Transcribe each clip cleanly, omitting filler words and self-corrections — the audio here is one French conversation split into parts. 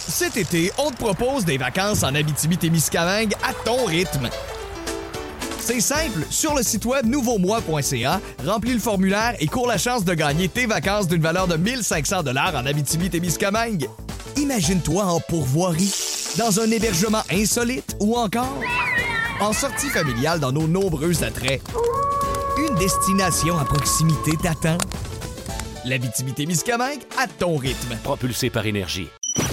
Cet été, on te propose des vacances en Abitibi-Témiscamingue à ton rythme. C'est simple, sur le site web nouveaumois.ca, remplis le formulaire et cours la chance de gagner tes vacances d'une valeur de 1 500 $ en Abitibi-Témiscamingue. Imagine-toi en pourvoirie, dans un hébergement insolite ou encore en sortie familiale dans nos nombreux attraits. Une destination à proximité t'attend. L'Abitibi-Témiscamingue à ton rythme. Propulsé par Énergie.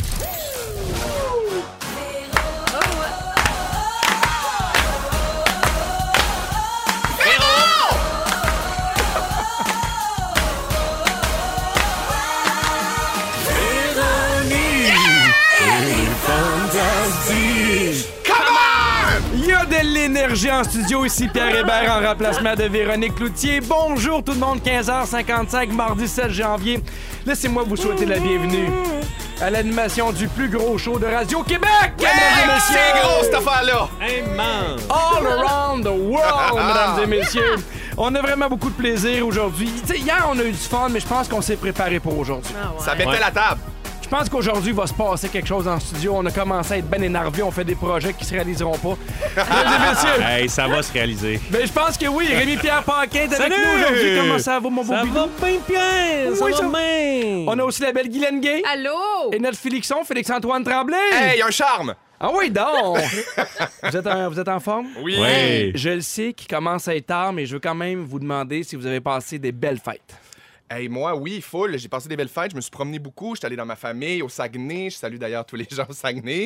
Il y a de l'énergie en studio ici, Pierre Hébert en remplacement de Véronique Cloutier. Bonjour tout le monde, 15h55, mardi 7 janvier. Laissez-moi vous souhaiter la bienvenue à l'animation du plus gros show de Radio-Québec! Hey, c'est gros cette affaire-là! Hey man! All around the world, mesdames et messieurs! On a vraiment beaucoup de plaisir aujourd'hui. T'sais, hier, on a eu du fun, mais je pense qu'on s'est préparé pour aujourd'hui. Ah ouais. Ça mettait la table. Je pense qu'aujourd'hui, il va se passer quelque chose en studio. On a commencé à être ben énervés. On fait des projets qui se réaliseront pas. Mesdames et messieurs, Hey, ça va se réaliser. ben, je pense que oui. Rémi-Pierre Paquin est avec Salut! nous aujourd'hui. Comment ça va, mon beau Ça bidou? va bien, Pierre! Ça Oui, va ça- bien! On a aussi la belle Guylaine Gay. Allô? Et notre Félixon, Félix-Antoine Tremblay. Hey, un charme! Ah oui, donc! vous êtes en forme? Oui! Oui. Je le sais qu'il commence à être tard, mais je veux quand même vous demander si vous avez passé des belles fêtes. Hey, moi, oui, full. J'ai passé des belles fêtes. Je me suis promené beaucoup. J'étais allé dans ma famille au Saguenay. Je salue d'ailleurs tous les gens au Saguenay.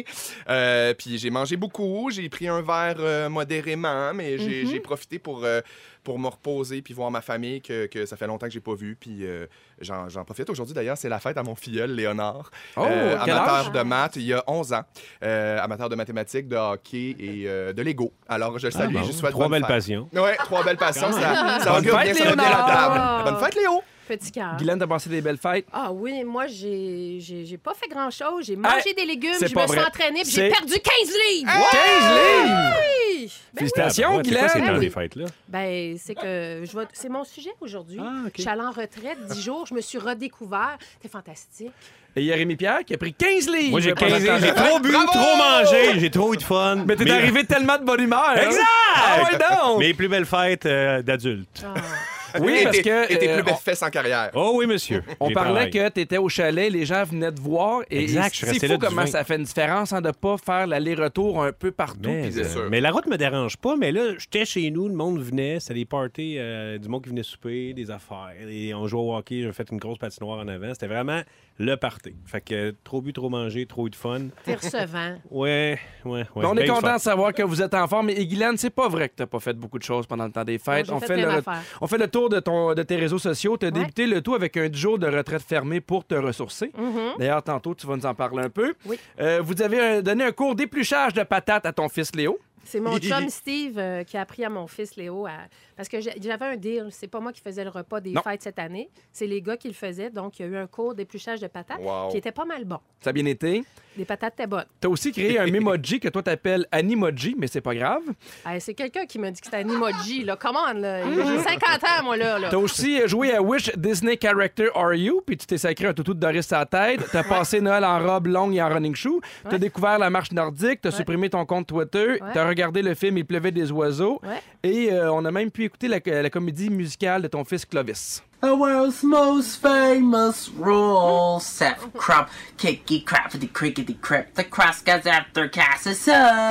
Puis j'ai mangé beaucoup. J'ai pris un verre modérément, mais j'ai profité pour me reposer puis voir ma famille que ça fait longtemps que j'ai pas vu. Puis j'en profite. Aujourd'hui, d'ailleurs, c'est la fête à mon filleul, Léonard. Oh, quel amateur âge? de maths, il y a 11 ans. Amateur de mathématiques, de hockey et de Lego. Alors, je le salue. bon, Je souhaite 3 bonne belle fête. passion. Ouais, 3 belles passions. Ça Bonne augure fête, bien, ça va bien la Léonard! table. Bonne fête, Léo! Petit cœur. Guylaine, t'as passé des belles fêtes? Ah oui, moi, j'ai pas fait grand-chose. J'ai mangé des légumes, c'est je pas me suis vrai. entraînée, puis C'est- j'ai perdu 15 livres! 15 livres! Oui! Ben Félicitations, C'est quoi ces Guylaine! temps des fêtes-là? Ben, c'est que c'est mon sujet aujourd'hui. Ah, OK. Je suis allée en retraite 10 jours, je me suis redécouvert. C'était fantastique. Et il y a Rémi-Pierre qui a pris 15 livres. Moi, j'ai pendant 15 le temps ans. J'ai des fêtes. trop bu, trop mangé. J'ai trop eu de fun. Mais t'es arrivé tellement de bonne humeur. hein? Exact! Ah ouais, donc! Mes plus belles fêtes d'adultes. Ah. Oui, Et parce tes- que... Et tes plus on- belles fesses en carrière. Oh oui, monsieur. On J'ai parlait travaillé. que tu étais au chalet, les gens venaient te voir. Et Exact, je suis c'est resté fou là du comment 20. ça fait une différence de ne pas faire l'aller-retour un peu partout. Mais, puis de- sûr. mais la route me dérange pas, mais là, j'étais chez nous, le monde venait, c'était des parties, du monde qui venait souper, des affaires. Et on jouait au hockey, j'ai fait une grosse patinoire en avant. C'était vraiment le party. Fait que trop bu, trop mangé, trop eu de fun. T'es recevant. Ouais. Mais on est bien content fun. de savoir que vous êtes en forme. Et Guylaine, c'est pas vrai que t'as pas fait beaucoup de choses pendant le temps des fêtes. Non, j'ai fait plein d'affaires. on fait le tour de tes réseaux sociaux. Tu as débuté le tout avec un jour de retraite fermée pour te ressourcer. D'ailleurs, tantôt, tu vas nous en parler un peu. Oui. Vous avez donné un cours d'épluchage de patates à ton fils Léo. C'est mon chum Steve qui a appris à mon fils Léo parce que j'avais un deal. C'est pas moi qui faisais le repas des Non. fêtes cette année. C'est les gars qui le faisaient. Donc, il y a eu un cours d'épluchage de patates Wow. qui était pas mal bon. Ça a bien été. Les patates étaient bonnes. Tu as aussi créé un Memoji que toi t'appelles Animoji, mais c'est pas grave. Hey, c'est quelqu'un qui m'a dit que c'était un emoji. Là. Come on, là. J'ai 50 ans, moi, là. T'as aussi joué à Which Disney Character Are You? Puis tu t'es sacré un toutou de Doris à la tête. T'as passé Noël en robe longue et en running shoe. T'as Ouais. découvert la marche nordique. T'as supprimé ton compte Twitter. Ouais. T'as regardé le film Il pleuvait des oiseaux. Ouais. Et on a même pu écouter la comédie musicale de ton fils Clovis. The world's most famous rule. Set crop, kicky crappity crickety crap. The crust gets after Cassis.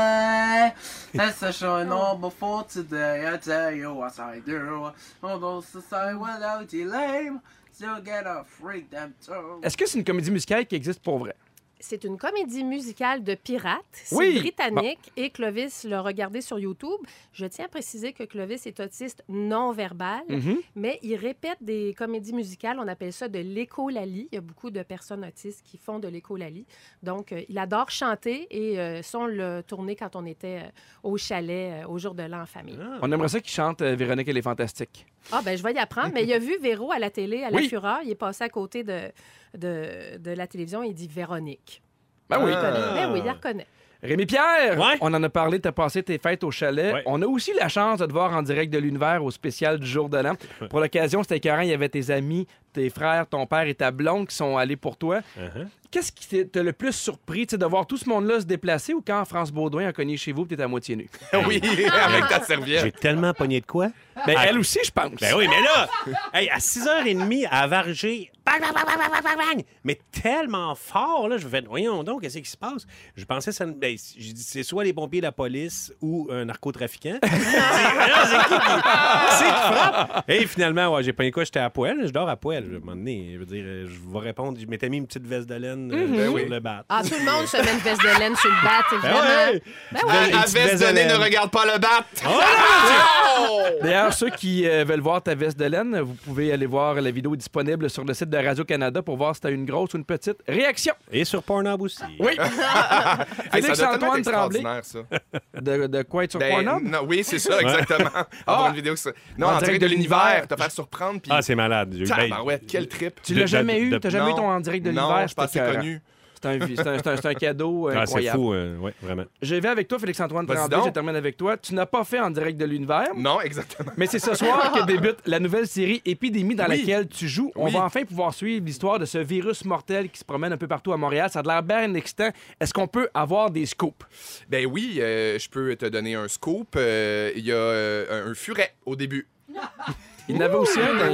That's a showing all before today. I tell you what I do. Almost to say without delay. Still get a freak them too. Est-ce que c'est une comédie musicale qui existe pour vrai? C'est une comédie musicale de pirates. C'est Oui. britannique et Clovis l'a regardé sur YouTube. Je tiens à préciser que Clovis est autiste non-verbal, mais il répète des comédies musicales. On appelle ça de l'écolalie. Il y a beaucoup de personnes autistes qui font de l'écolalie. Donc, il adore chanter et ça, on l'a tourné quand on était au chalet au jour de l'an en famille. On aimerait ça qu'il chante Véronique, elle est fantastique. Ah, ben je vais y apprendre. Mais il a vu Véro à la télé, à la Oui. Fureur. Il est passé à côté de la télévision et il dit Véronique. Ben oui. Il connaît. Ben oui, il la reconnaît. Rémi-Pierre, Ouais? on en a parlé, t'as passé tes fêtes au chalet. Ouais. On a aussi la chance de te voir en direct de l'univers au spécial du jour de l'an. Pour l'occasion, c'était écœurant, il y avait tes amis, tes frères, ton père et ta blonde qui sont allés pour toi. Qu'est-ce qui t'a le plus surpris, de voir tout ce monde-là se déplacer ou quand France Baudouin a cogné chez vous et t'es à moitié nu? Oui, avec ta serviette. J'ai tellement pogné de quoi? Ben, elle aussi, je pense. Ben oui, mais là, hey, à 6h30, à varger, bang, bang, bang, bang, bang, bang, bang, mais tellement fort, là, je me fais, voyons donc, qu'est-ce qui se passe? Je pensais, j'ai dit, c'est soit les pompiers de la police ou un narcotrafiquant. C'est qui frappe? Et finalement, ouais, j'ai pogné quoi? J'étais à poêle, je dors à poêle. À un moment donné, je veux dire, je vais répondre, je m'étais mis une petite veste de laine sur le bat. Ah, tout le monde se met une veste de laine sur le bat, évidemment. ouais. Ben ouais. La veste de laine ne regarde pas le bat. D'ailleurs, ceux qui veulent voir ta veste de laine, vous pouvez aller voir la vidéo disponible sur le site de Radio-Canada pour voir si t'as une grosse ou une petite réaction. Et sur Pornhub aussi. Oui. Hey, ça doit tellement Félix-Antoine être Tremblay. extraordinaire, ça. De quoi être sur Ben, Pornhub? non, oui, c'est ça, exactement. Avoir une vidéo sur... Non, en direct de l'univers, te faire surprendre. Puis... Ah, c'est malade. Tabarouette, quel trip. Tu l'as jamais eu? de- T'as jamais eu Non. ton en direct de Non, l'univers? je pense que c'est connu. C'est un cadeau Ah, c'est incroyable. fou, oui, vraiment. Je vais avec toi, Félix-Antoine Vas-y Tremblay. donc. Je termine avec toi. Tu n'as pas fait en direct de l'univers, Non, exactement. mais c'est ce soir que débute la nouvelle série Épidémie dans Oui. laquelle tu joues. On Oui. va enfin pouvoir suivre l'histoire de ce virus mortel qui se promène un peu partout à Montréal. Ça a l'air bien excitant. Est-ce qu'on peut avoir des scoops? Ben oui, je peux te donner un scoop. Il y a un furet au début. Il y en avait aussi un dans...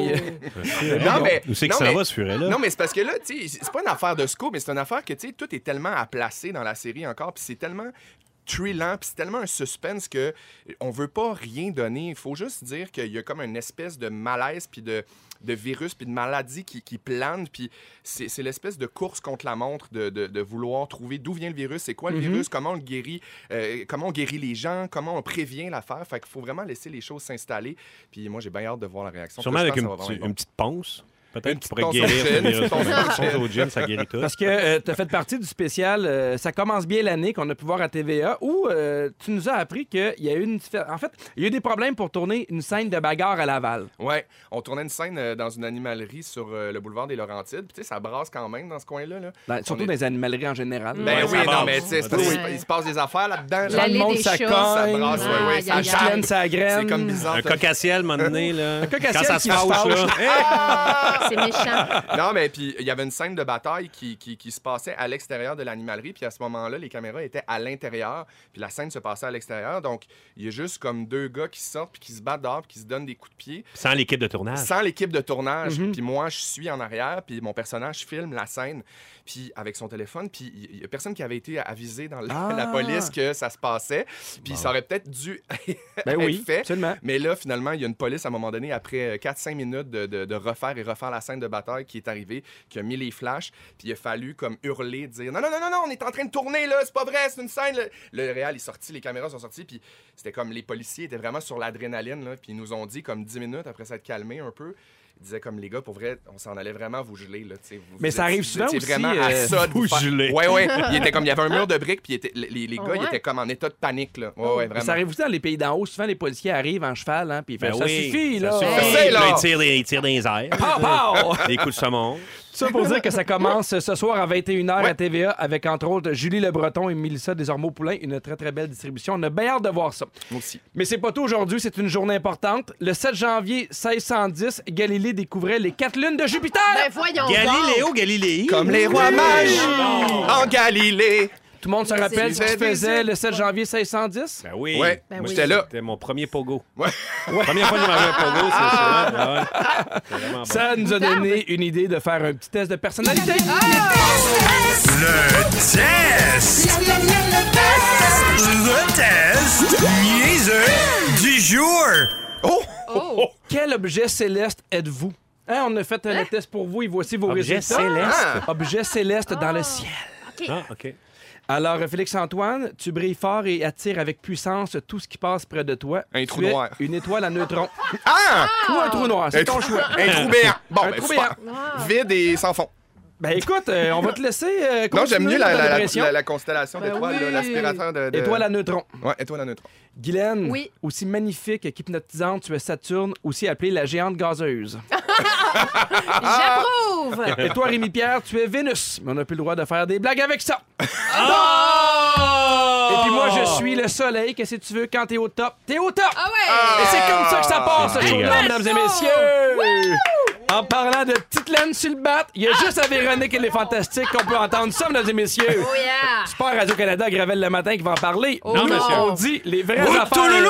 Non, mais... Où c'est que non, ça mais- va, ce furet-là? Non, mais c'est parce que là, tu sais, c'est pas une affaire de scoop, mais c'est une affaire que, tu sais, tout est tellement à placer dans la série encore, puis c'est tellement thrillant, puis c'est tellement un suspense que on veut pas rien donner. Il faut juste dire qu'il y a comme une espèce de malaise, puis de virus, puis de maladie qui plane, puis c'est l'espèce de course contre la montre de vouloir trouver d'où vient le virus, c'est quoi le virus, comment on le guérit, comment on guérit les gens, comment on prévient l'affaire. Fait qu'il faut vraiment laisser les choses s'installer. Puis moi, j'ai bien hâte de voir la réaction. Sûrement Je avec pense une, que ça va vraiment être une bon. petite ponce. Peut-être Une tu petite pourrais ponce guérir au ce gin, virus. une ponce au Ponce au gin, ça guérit tout. Parce que tu as fait partie du spécial Ça commence bien l'année qu'on a pu voir à TVA où tu nous as appris qu'il y a eu en fait, il y a eu des problèmes pour tourner une scène de bagarre à Laval. Ouais, on tournait une scène dans une animalerie sur le boulevard des Laurentides. Puis tu sais, ça brasse quand même dans ce coin-là. Là. Surtout On dans les animaleries en général. Ben Ouais, oui, ça non, brasse. mais tu sais, c'est parce qu'il se passe des affaires là-dedans. Dans L'allée le monde, des ça chats. Ça cogne. brasse, Ah, ouais, aïe, ça aïe, Ça aïe. chienne, ça graine. C'est comme bizarre. Un cocassiel, à un moment donné, là. cocassiel Quand ça qui se fâche, se là. Ah, c'est méchant. Non, mais puis il y avait une scène de bataille qui se passait à l'extérieur de l'animalerie. Puis à ce moment-là, les caméras étaient à l'intérieur. Puis la scène se passait à l'extérieur. Donc, il y a juste comme deux gars qui sortent, puis qui se battent dehors, puis qui se donnent des coups de pied. Sans l'équipe de tournage. Sans l'équipe de tournage. Puis moi, je suis en arrière, puis mon personnage filme la scène, puis avec son téléphone. Puis il y a personne qui avait été avisé dans la police que ça se passait. Puis ça aurait peut-être dû Ben être oui, fait. absolument. Mais là, finalement, il y a une police, à un moment donné, après 4-5 minutes de refaire la scène de bataille qui est arrivée, qui a mis les flashs, puis il a fallu comme hurler, dire « Non, on est en train de tourner, là, c'est pas vrai, c'est une scène. » Le réal est sorti, les caméras sont sorties, puis c'était comme les policiers étaient vraiment sur l'adrénaline, là, puis ils nous ont dit, comme 10 minutes après s'être calmés un peu, ils disaient comme les gars, pour vrai, on s'en allait vraiment vous geler. Là, Mais ça arrive souvent étiez aussi, vraiment à ça de vous faire- geler. Ouais. Il y avait un mur de briques, puis les gars, ils ouais? étaient comme en état de panique. Là. Ouais, vraiment. Ça arrive aussi dans les pays d'en haut. Souvent, les policiers arrivent en cheval, hein, puis ils font Ben ça oui, suffit, là. Ça suffit. Hey! Puis là, là. ils tirent dans les airs. Pow, pow! Des coups de saumon. Ça pour dire que ça commence ce soir à 21h Ouais. à TVA avec entre autres Julie Le Breton et Mélissa Desormeaux-Poulain. Une très très belle distribution. On a bien hâte de voir ça. Moi aussi. Mais c'est pas tout aujourd'hui, c'est une journée importante. Le 7 janvier 1610, Galilée découvrait les 4 lunes de Jupiter. Ben voyons donc. Galilée. Comme les rois mages en Galilée. Tout le monde se Mais rappelle ce c'est- qu'il faisait le 7 janvier 1610? Ben oui. Ouais, Ben Moi, oui. j'étais là. C'était mon premier pogo. Ouais. Première fois que j'ai mangé un pogo, c'est ça. Ouais. C'est vraiment bon. Ça nous a donné une idée de faire un petit test de personnalité. Le test! Le test niaiseux du jour! Oh, Quel objet céleste êtes-vous? Hein, on a fait le test pour vous et voici vos Objet résultats. céleste? Objet céleste dans le ciel. Ah, OK. Alors, Félix-Antoine, tu brilles fort et attires avec puissance tout ce qui passe près de toi. Un Tu trou es noir. Une étoile à neutrons. Ah! Ou un trou noir, c'est ton choix. Un trou béant. Bon, Un ben, trou super. Vide et sans fond. Ben écoute, on va te laisser Non, j'aime mieux la la constellation Ben d'étoiles, oui. là, l'aspirateur de... Étoile à neutrons. Ouais, étoile à neutrons. Guylaine, Oui. aussi magnifique qu'hypnotisante, tu es Saturne, aussi appelée la géante gazeuse. j'approuve. Et toi, Rémi-Pierre, tu es Vénus. Mais on n'a plus le droit de faire des blagues avec ça. Et puis moi, je suis le soleil. Qu'est-ce que tu veux? Quand t'es au top, t'es au top! Ah ouais! Et c'est comme ça que ça passe, ce show-là, mesdames et messieurs! Wouh! En parlant de petite laine sur le bat, il y a juste à Véronique et les Fantastiques qu'on peut entendre ça, mesdames et messieurs. Oh yeah! C'est pas Radio-Canada Gravel le matin qui va en parler. Oh non, non. monsieur. On dit les vraies affaires.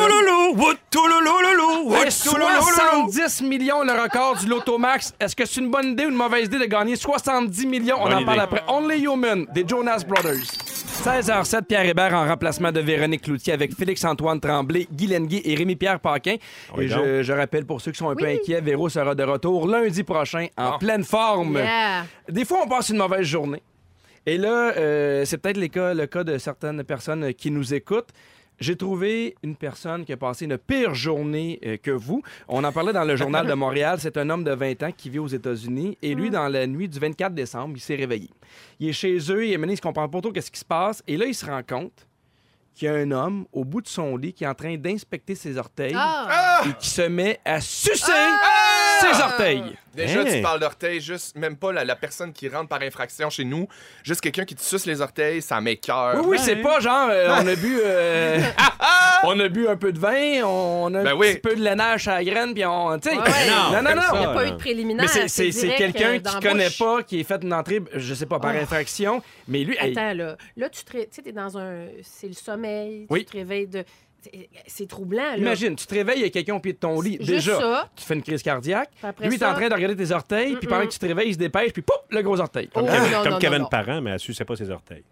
70 millions le record du Lotomax. Est-ce que c'est une bonne idée ou une mauvaise idée de gagner 70 millions? On en parle après. Only Human des Jonas Brothers. 16h07, Pierre Hébert en remplacement de Véronique Cloutier avec Félix-Antoine Tremblay, Guy Lenguet et Rémi-Pierre Paquin. Oui, Et je rappelle pour ceux qui sont un peu inquiets, Véro sera de retour lundi prochain en pleine forme. Yeah. Des fois, on passe une mauvaise journée. Et là, c'est peut-être le cas de certaines personnes qui nous écoutent. J'ai trouvé une personne qui a passé une pire journée que vous. On en parlait dans le Journal de Montréal. C'est un homme de 20 ans qui vit aux États-Unis. Et lui, dans la nuit du 24 décembre, il s'est réveillé. Il est chez eux, il ne comprend pas trop qu'est-ce qui se passe. Et là, il se rend compte qu'il y a un homme au bout de son lit qui est en train d'inspecter ses orteils et qui se met à sucer ses orteils. Déjà, tu parles d'orteils, juste même pas la personne qui rentre par infraction chez nous, juste quelqu'un qui te suce les orteils, ça m'écoeure. Oui, c'est pas genre on a bu on a bu un peu de vin, on a un petit peu de lainage à la graine puis on tu sais Ouais. non. Il n'y a pas eu de préliminaire. Mais c'est direct, quelqu'un dans qui la connaît bouche. pas, qui est fait une entrée, je sais pas, par infraction, mais lui Attends, là tu sais, t'es dans un... C'est le sommeil, Oui. tu te réveilles de... C'est troublant, là. imagine, tu te réveilles, il y a quelqu'un au pied de ton lit. Juste Déjà, ça. tu fais une crise cardiaque. Puis après Lui, il est ça- en train de regarder tes orteils, puis pendant que tu te réveilles, il se dépêche, puis pouf, le gros orteil. Oh, Comme non, Kevin non. Parent, mais elle suçait pas ses orteils.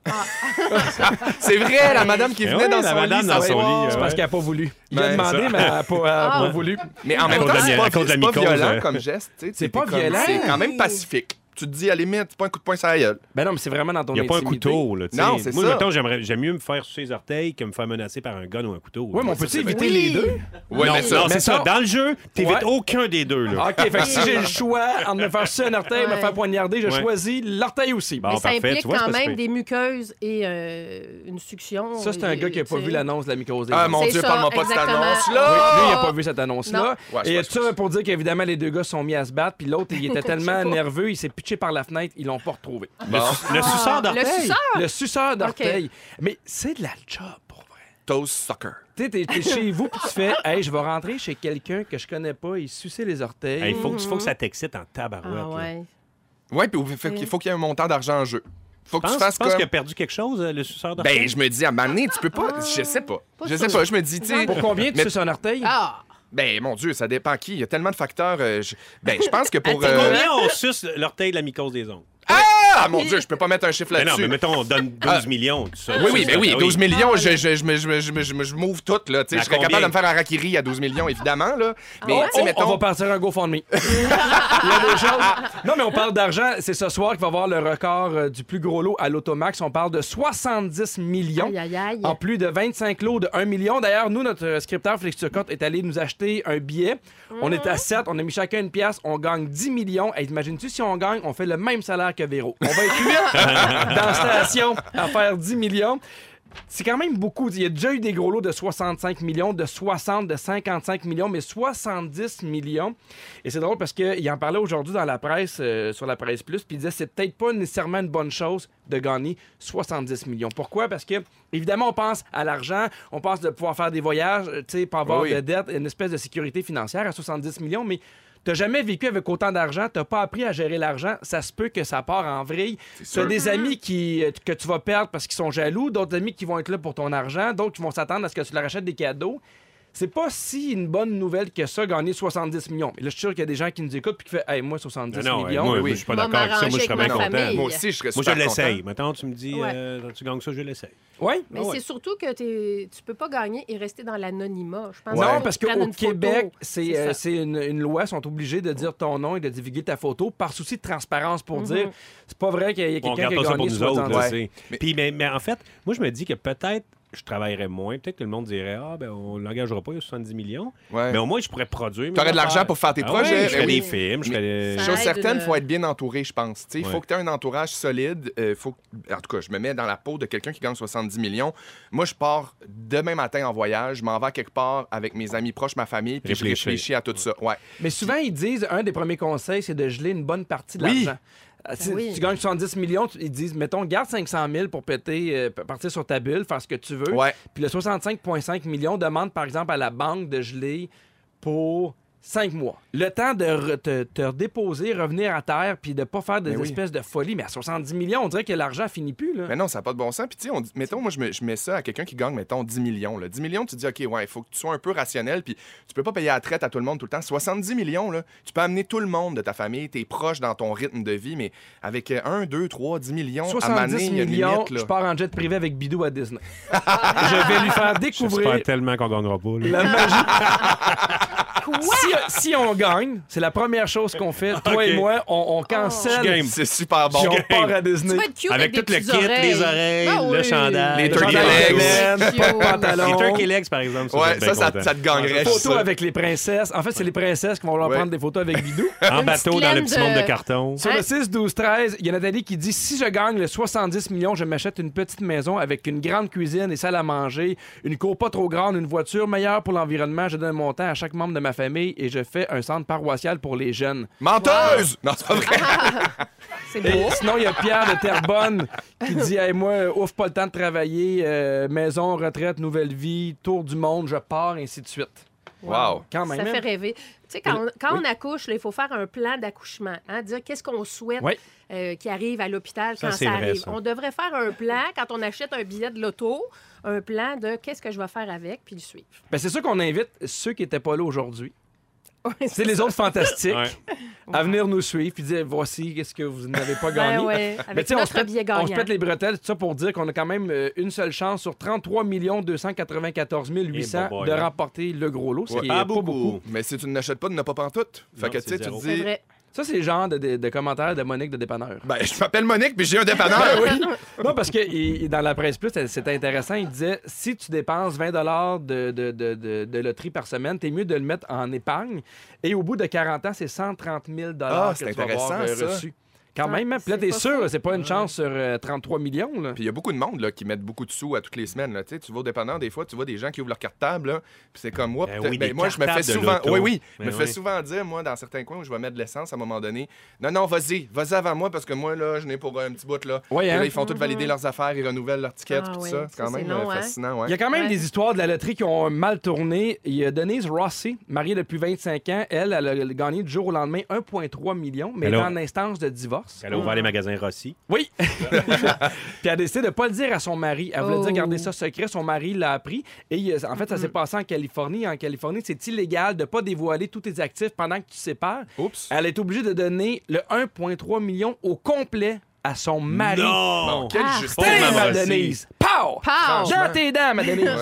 C'est vrai, la madame qui Ben venait oui, dans la son madame lit. dans ça son va. lit, C'est parce qu'elle a pas voulu. Il a Ben, demandé, ça. mais elle a pas voulu. Mais en même cause temps, de c'est la- à cause de la pas mycose, violent comme geste. Tu sais, C'est t'es pas comme- violent. C'est quand même pacifique. Tu te dis, à la limite, c'est pas un coup de poing sur la gueule. Ben non, mais c'est vraiment dans ton Il n'y a pas un intimité. couteau, là. tu sais. Non, c'est Moi, ça. mettons, j'aime mieux me faire sucer les orteils que me faire menacer par un gun ou un couteau. Oui, mais on peut c'est éviter vrai. les deux? Ouais, non, mais ça, non, mais c'est ça. ça- Dans le jeu, t'évites Ouais. aucun des deux, là. OK, fait que si j'ai le choix entre me faire sucer un orteil et me Ouais. faire poignarder, je Ouais. choisis l'orteil aussi. Bon, Mais ça parfait. implique Tu vois, quand c'est pas même si des muqueuses et une succion. Ça, c'est un gars qui a pas tu sais. vu l'annonce de la mycose. Ah, mon C'est Dieu, ça, parle-moi pas de cette exactement. annonce-là. Oui, lui, il a pas vu cette annonce-là. Non. Ouais, je Et vois, tout ça pour dire qu'évidemment, les deux gars se sont mis à se battre, puis l'autre, il était tellement nerveux, il s'est pitché par la fenêtre, ils l'ont pas retrouvé. Bon. Le suceur d'orteil. Le suceur? Le suceur d'orteil. Mais c'est de la job, pour vrai. Toast sucker. Tu sais, t'es chez vous, puis tu fais « Hey, je vais rentrer chez quelqu'un que je connais pas, il sucer les orteils. Il faut que ça t'excite en tabarouette. Ah là. ouais. Ouais, puis il faut qu'il y ait un montant d'argent en jeu. Faut que tu fasses Tu penses comme... qu'il a perdu quelque chose, le suceur d'orteil? Ben, je me dis, à un moment donné, tu peux pas... Je sais pas. Je sais pas, je me dis, tu sais... Pour combien tu mais- suces un orteil? Ah! Ben, mon Dieu, ça dépend qui. Il y a tellement de facteurs. Je pense que pour... Combien on suce l'orteil de la mycose des ongles? Ah, mon Dieu, je peux pas mettre un chiffre Mais non, là-dessus. mais mettons, on donne 12 millions. Tout ça. Oui, ben oui, 12 millions, Ah, je m'ouvre tout, là. Tu sais, Mais je serais à capable de combien? me faire un rakiri à 12 millions, évidemment, là. Mais, tu sais, On mettons... va partir un GoFundMe. Il y a des choses. Non, mais on parle d'argent. C'est ce soir qu'il va y avoir le record du plus gros lot à l'Automax. On parle de 70 millions. Aïe, aïe, aïe. En plus de 25 lots de 1 million. D'ailleurs, nous, notre scripteur Félix Turcotte est allé nous acheter un billet. On est à 7, on a mis chacun une pièce, on gagne 10 millions. Et imagines-tu, si on gagne, on fait le même salaire que Véro. On va être 8 dans la station à faire 10 millions. C'est quand même beaucoup. Il y a déjà eu des gros lots de 65 millions, de 60, de 55 millions, mais 70 millions. Et c'est drôle parce qu'il en parlait aujourd'hui dans la presse, sur la Presse Plus, puis il disait que c'est peut-être pas nécessairement une bonne chose de gagner 70 millions. Pourquoi? Parce que, évidemment, on pense à l'argent, on pense de pouvoir faire des voyages, tu sais, pas avoir Oui. de dette, une espèce de sécurité financière à 70 millions, mais t'as jamais vécu avec autant d'argent, t'as pas appris à gérer l'argent, ça se peut que ça part en vrille. T'as sûr. des amis que tu vas perdre parce qu'ils sont jaloux, d'autres amis qui vont être là pour ton argent, d'autres qui vont s'attendre à ce que tu leur achètes des cadeaux. C'est pas si une bonne nouvelle que ça, gagner 70 millions. Et là, je suis sûr qu'il y a des gens qui nous écoutent et qui font « Hey, moi, 70 Non, millions. moi, oui. je suis pas Moi, d'accord avec ça. Moi, je serais bien m'arranger avec ma content. famille. Moi aussi, je serais Moi, super je l'essaye. content. Maintenant, tu me dis, Ouais. tu gagnes ça, je l'essaye. Oui? Mais c'est surtout que tu peux pas gagner et rester dans l'anonymat. Je pense Non, qu'il parce faut que tu qu'au prennes une photo. Québec, C'est ça. c'est une loi, ils sont obligés de dire ton nom et de divulguer ta photo par souci de transparence pour dire c'est pas vrai qu'il y a On quelqu'un regarde qui a pas ça pour gagné nous autres. 70. Là, Ouais. c'est- Puis, mais en fait, moi, je me dis que peut-être je travaillerais moins. Peut-être que le monde dirait on l'engagera pas, il y a 70 millions. Ouais. Mais au moins, je pourrais produire. mes T'aurais de l'argent affaires. pour faire tes Ah projets. ouais, Ben je ferais oui. des films, je ferais des... Ça Chose aide certaine, il une- faut être bien entouré, je pense. Il faut Ouais. que tu aies un entourage solide. En tout cas, je me mets dans la peau de quelqu'un qui gagne 70 millions. Moi, je pars demain matin en voyage. Je m'en vais quelque part avec mes amis proches, ma famille, puis je Réfléchir. réfléchis à tout ça. Ouais. Mais souvent, ils disent un des premiers conseils, c'est de geler une bonne partie de Oui. l'argent. Si Oui. tu gagnes 70 millions, ils disent, mettons, garde 500 000 pour péter, partir sur ta bulle, faire ce que tu veux. Ouais. Puis le 65,5 millions demande, par exemple, à la banque de geler pour 5 mois. Le temps de te redéposer, revenir à terre, puis de pas faire des oui. espèces de folies. Mais à 70 millions, on dirait que l'argent finit plus. Là. Mais non, ça n'a pas de bon sens. Puis, tu sais, mettons, moi, je mets ça à quelqu'un qui gagne, mettons, 10 millions. Là. 10 millions, tu te dis, OK, ouais, il faut que tu sois un peu rationnel. Puis, tu peux pas payer la traite à tout le monde tout le temps. 70 millions, là, tu peux amener tout le monde de ta famille, t'es proche dans ton rythme de vie, mais avec 1, 2, 3, 10 millions, à 70 maner, il y a une millions, limite. Là. je pars en jet privé avec Bidou à Disney. Je vais lui faire découvrir J'espère tellement qu'on gagnera pas. Là. la magie. Si on gagne, c'est la première chose qu'on fait. Toi et moi, on cancelle. Game. C'est super bon. Puis on part à Tu Disney. vas être cute Avec des tout le petites kit, oreilles. les oreilles, Ah le oui. chandail. Les Le turkey chandail legs. de laine, pas de Cute. pantalon. Les turkey legs, par exemple. Ouais, je suis ça bien te gagnerait. Photo ça. avec les princesses. En fait, c'est les princesses qui vont leur Ouais. prendre des photos avec Bidou. content. En Une bateau, petite dans le laine petit monde de de- carton. Sur le 6, 12, 13, il y a Nathalie qui dit si je gagne le 70 millions, je m'achète une petite maison avec une grande cuisine et salle à manger, une cour pas trop grande, une voiture meilleure pour l'environnement. Je donne un montant à chaque membre de ma famille et je fais un centre paroissial pour les jeunes. Menteuse! Non, c'est pas vrai. C'est Et beau. sinon, il y a Pierre de Terrebonne qui dit hey, moi, ouf, pas le temps de travailler, maison, retraite, nouvelle vie, tour du monde, je pars, ainsi de suite. Wow. Quand même. Ça hein? fait rêver. Tu sais, quand on accouche, là, il faut faire un plan d'accouchement. Hein? Dire qu'est-ce qu'on souhaite Oui. qui arrive à l'hôpital Ça, quand c'est ça vrai, arrive. ça. On devrait faire un plan quand on achète un billet de l'auto, un plan de qu'est-ce que je vais faire avec, puis le suivre. Ben, c'est sûr qu'on invite ceux qui n'étaient pas là aujourd'hui. Ouais, C'est les autres fantastiques Ouais. à venir nous suivre puis dire voici qu'est-ce que vous n'avez pas gagné. Ben ouais, Mais avec tu sais, on se notre billet pète- on se gagnant. pète les bretelles, tout ça pour dire qu'on a quand même une seule chance sur 33 294 800 Eh, boy, de hein. remporter le gros lot, ce Ouais. qui est Pas pas beaucoup. Mais si tu n'achètes pas, tu n'as pas pantoute. Fait Non, que, tu sais, c'est tu te zéro. C'est dis. vrai. Ça, c'est le genre de commentaires de Monique de dépanneur. Ben, je m'appelle Monique, puis j'ai un dépanneur. Oui. Non, parce que dans la presse plus, c'était intéressant. Il disait si tu dépenses 20 de loterie par semaine, t'es mieux de le mettre en épargne. Et au bout de 40 ans, c'est 130 000 Ah, que c'est tu vas avoir intéressant, ça. reçu. Quand Ah, même, hein. Puis là, c'est t'es pas sûr, fou. c'est pas une chance sur 33 millions. Là. Puis il y a beaucoup de monde là, qui mettent beaucoup de sous à toutes les semaines. Là. Tu sais, tu vas au dépanneur, des fois, tu vois des gens qui ouvrent leur cartable. Là, puis c'est comme moi. Ben peut-être- oui, ben, des moi, je me fais cartables de souvent. l'auto. Oui, oui. Je Ben me fais oui. souvent dire, moi, dans certains coins où je vais mettre de l'essence à un moment donné. Non, vas-y avant moi parce que moi, là, je n'ai pour un petit bout. Là. Ouais, Puis hein? là, ils font tout valider leurs affaires, ils renouvellent leur ticket, Ah tout oui, ça. C'est ça, quand c'est même long, hein? fascinant. Ouais. Il y a quand même Ouais. des histoires de la loterie qui ont mal tourné. Il y a Denise Rossi, mariée depuis 25 ans. Elle a gagné du jour au lendemain 1,3 million, mais elle est Alors- en instance de divorce. Elle a ouvert les magasins Rossi. Oui. Puis elle a décidé de ne pas le dire à son mari. Elle voulait Oh. dire garder ça secret. Son mari l'a appris. Et en fait, ça s'est passé en Californie. En Californie, c'est illégal de ne pas dévoiler tous tes actifs pendant que tu te sépares. Oups. Elle est obligée de donner le 1,3 million au complet à son mari. Non! Quelle Ah. justice. Hey, Pauvre ma Rossi. Denise! Pow! Pow! Dans tes dents, ma Denise!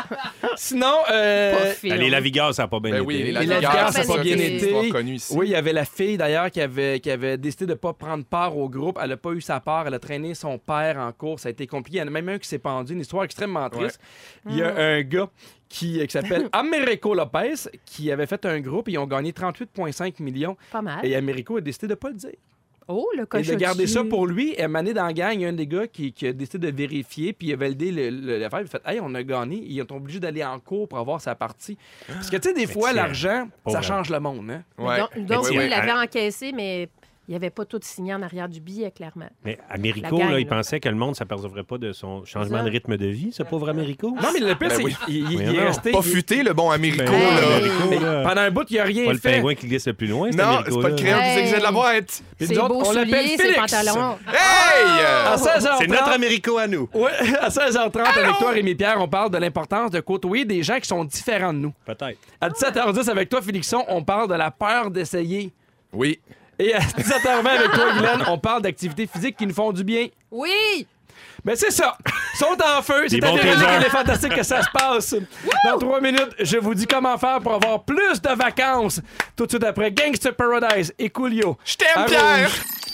Sinon, Pas film. Les Lavigueur, ça n'a pas bien Ben été. oui, les Les Lavigueur, Lavigueur, c'est ça a pas ça, bien c'est une été. histoire connue ici. oui, il y avait la fille d'ailleurs qui avait décidé de ne pas prendre part au groupe. Elle n'a pas eu sa part. Elle a traîné son père en course. Ça a été compliqué. Il y en a même un qui s'est pendu. Une histoire extrêmement triste. Il y a un gars qui s'appelle Americo Lopez qui avait fait un groupe et ils ont gagné 38,5 millions. Pas mal. Et Americo a décidé de ne pas le dire. Oh, le Et cochon. de garder ça pour lui. Et mané dans la gang, il y a un des gars qui a décidé de vérifier, puis il a validé l'affaire. Il a fait Hey, on a gagné. Ils sont obligés d'aller en cours pour avoir sa partie. Parce que, tu sais, des fois, tiens, l'argent, ça pauvre. change le monde. Hein? Ouais. Donc, Mais lui, tiens, il l'avait encaissé, mais il n'avait pas tout signé en arrière du billet, clairement. Mais La Américo, gang, là, il là. pensait que le monde ne s'apercevrait pas de son changement Ça. de rythme de vie, ce pauvre Américo. Non, mais le pire, Ben c'est oui. qu'il Mais est non. resté. Pas futé, le bon Américo. Ben oui, là. Américo, Mais là. pendant un bout, il n'a rien Pas le fait. pingouin qui glisse le plus loin, c'est Non, Américo, c'est pas le là. crayon qui Hey. disait de la boîte. Puis Ses nous autres, beaux on l'appelle souliers, ses Félix. pantalons. Hey! À 16h30. C'est notre Américo à nous. Ouais, à 16h30, avec toi, Rémi-Pierre, on parle de l'importance de côtoyer des gens qui sont différents de nous. Peut-être. À 17h10, avec toi, Félixon, on parle de la peur d'essayer. Oui. Et à 17h20, avec toi, Guylaine, on parle d'activités physiques qui nous font du bien. Oui! Ben c'est ça. Ils sont en feu. C'est Des à bons Véronique trésors. et les Fantastiques que ça se passe. Dans 3 minutes, je vous dis comment faire pour avoir plus de vacances. Tout de suite après Gangster Paradise et Coolio. Je t'aime, À Pierre!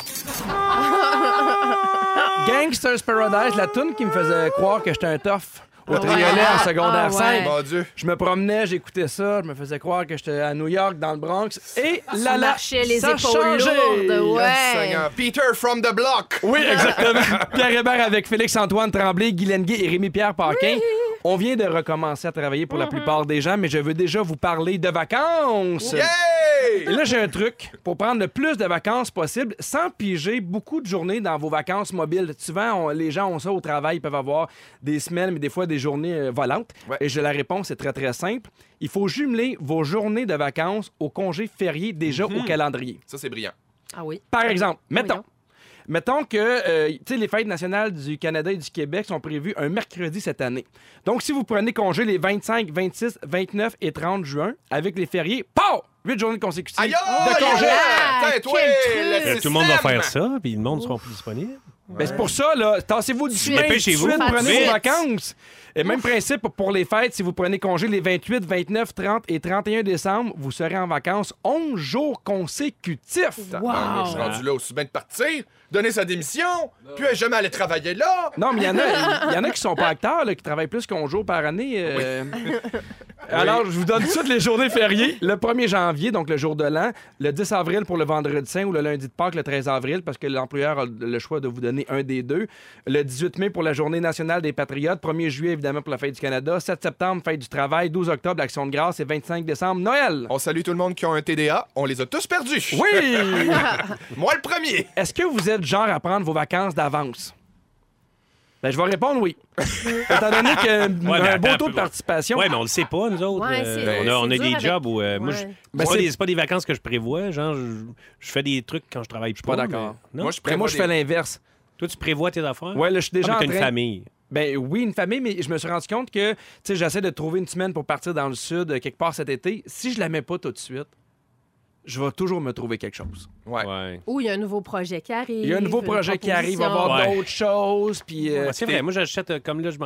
Gangster's Paradise, la toune qui me faisait croire que j'étais un tough au Ah triolet ouais. en secondaire Ah 5. ouais. Mon Dieu. Je me promenais, j'écoutais ça, je me faisais croire que j'étais à New York, dans le Bronx. Et Tu là, marchais les ça a épaules changé. lourdes, ouais. Seigneur. Peter from the block. Oui, exactement. Pierre Hébert avec Félix-Antoine Tremblay, Guy Lenguet et Rémi-Pierre Paquin. On vient de recommencer à travailler pour la plupart des gens, mais je veux déjà vous parler de vacances. Yay! Et là, j'ai un truc pour prendre le plus de vacances possible sans piger beaucoup de journées dans vos vacances mobiles. Souvent, les gens ont ça au travail, ils peuvent avoir des semaines, mais des fois des journées volantes. Ouais. Et la réponse est très, très simple. Il faut jumeler vos journées de vacances aux congés fériés déjà au calendrier. Ça, c'est brillant. Ah oui. Par exemple, Voyons. mettons que tu sais, les fêtes nationales du Canada et du Québec sont prévues un mercredi cette année. Donc, si vous prenez congé les 25, 26, 29 et 30 juin avec les fériés, pow! 8 journées consécutives Aïe, de congé. là! Toi, Quel truc! le Tout le monde va système! faire ça, puis le monde ne sera plus disponible. Ben, c'est pour ça, là, tassez-vous du chemin, Dépêchez-vous. tout de suite, prenez Vite. vos vacances. Et même principe pour les fêtes, si vous prenez congé les 28, 29, 30 et 31 décembre, vous serez en vacances 11 jours consécutifs. Wow! Je suis rendu là aussi bien de partir, donner sa démission, puis jamais aller travailler là. Non, mais il y en a qui sont pas acteurs, là, qui travaillent plus qu'11 jours par année. Alors, je vous donne toutes les journées fériées. Le 1er janvier, donc le jour de l'an. Le 10 avril pour le vendredi saint ou le lundi de Pâques, le 13 avril, parce que l'employeur a le choix de vous donner un des deux. Le 18 mai pour la journée nationale des patriotes. 1er juillet, évidemment, pour la fête du Canada. 7 septembre, fête du travail. 12 octobre, l'Action de grâce. Et 25 décembre, Noël. On salue tout le monde qui a un TDA. On les a tous perdus. Oui! Moi, le premier. Est-ce que vous êtes du genre à prendre vos vacances d'avance? Ben, je vais répondre oui. Étant donné qu'il y a un beau taux de participation. Oui, mais on le sait pas, nous autres. Ouais, c'est on a dur des avec- jobs où. Moi, Ouais. Ben, c'est pas des vacances que je prévois. Genre, je fais des trucs quand je travaille pas d'accord. Non? Moi, je Ben, moi, je fais l'inverse. Toi, tu prévois tes affaires? Ouais, là, je suis déjà Ah, en mais t'as train... une famille. Ben oui, une famille, mais je me suis rendu compte que, tu sais, j'essaie de trouver une semaine pour partir dans le sud, quelque part cet été. Si je la mets pas tout de suite, je vais toujours me trouver quelque chose. Ouais. Ouais. Ou il y a un nouveau projet qui arrive. Il y a un nouveau une projet qui arrive, il va y avoir Ouais. d'autres choses, puis... Ouais, c'est vrai. Moi, j'achète comme là, je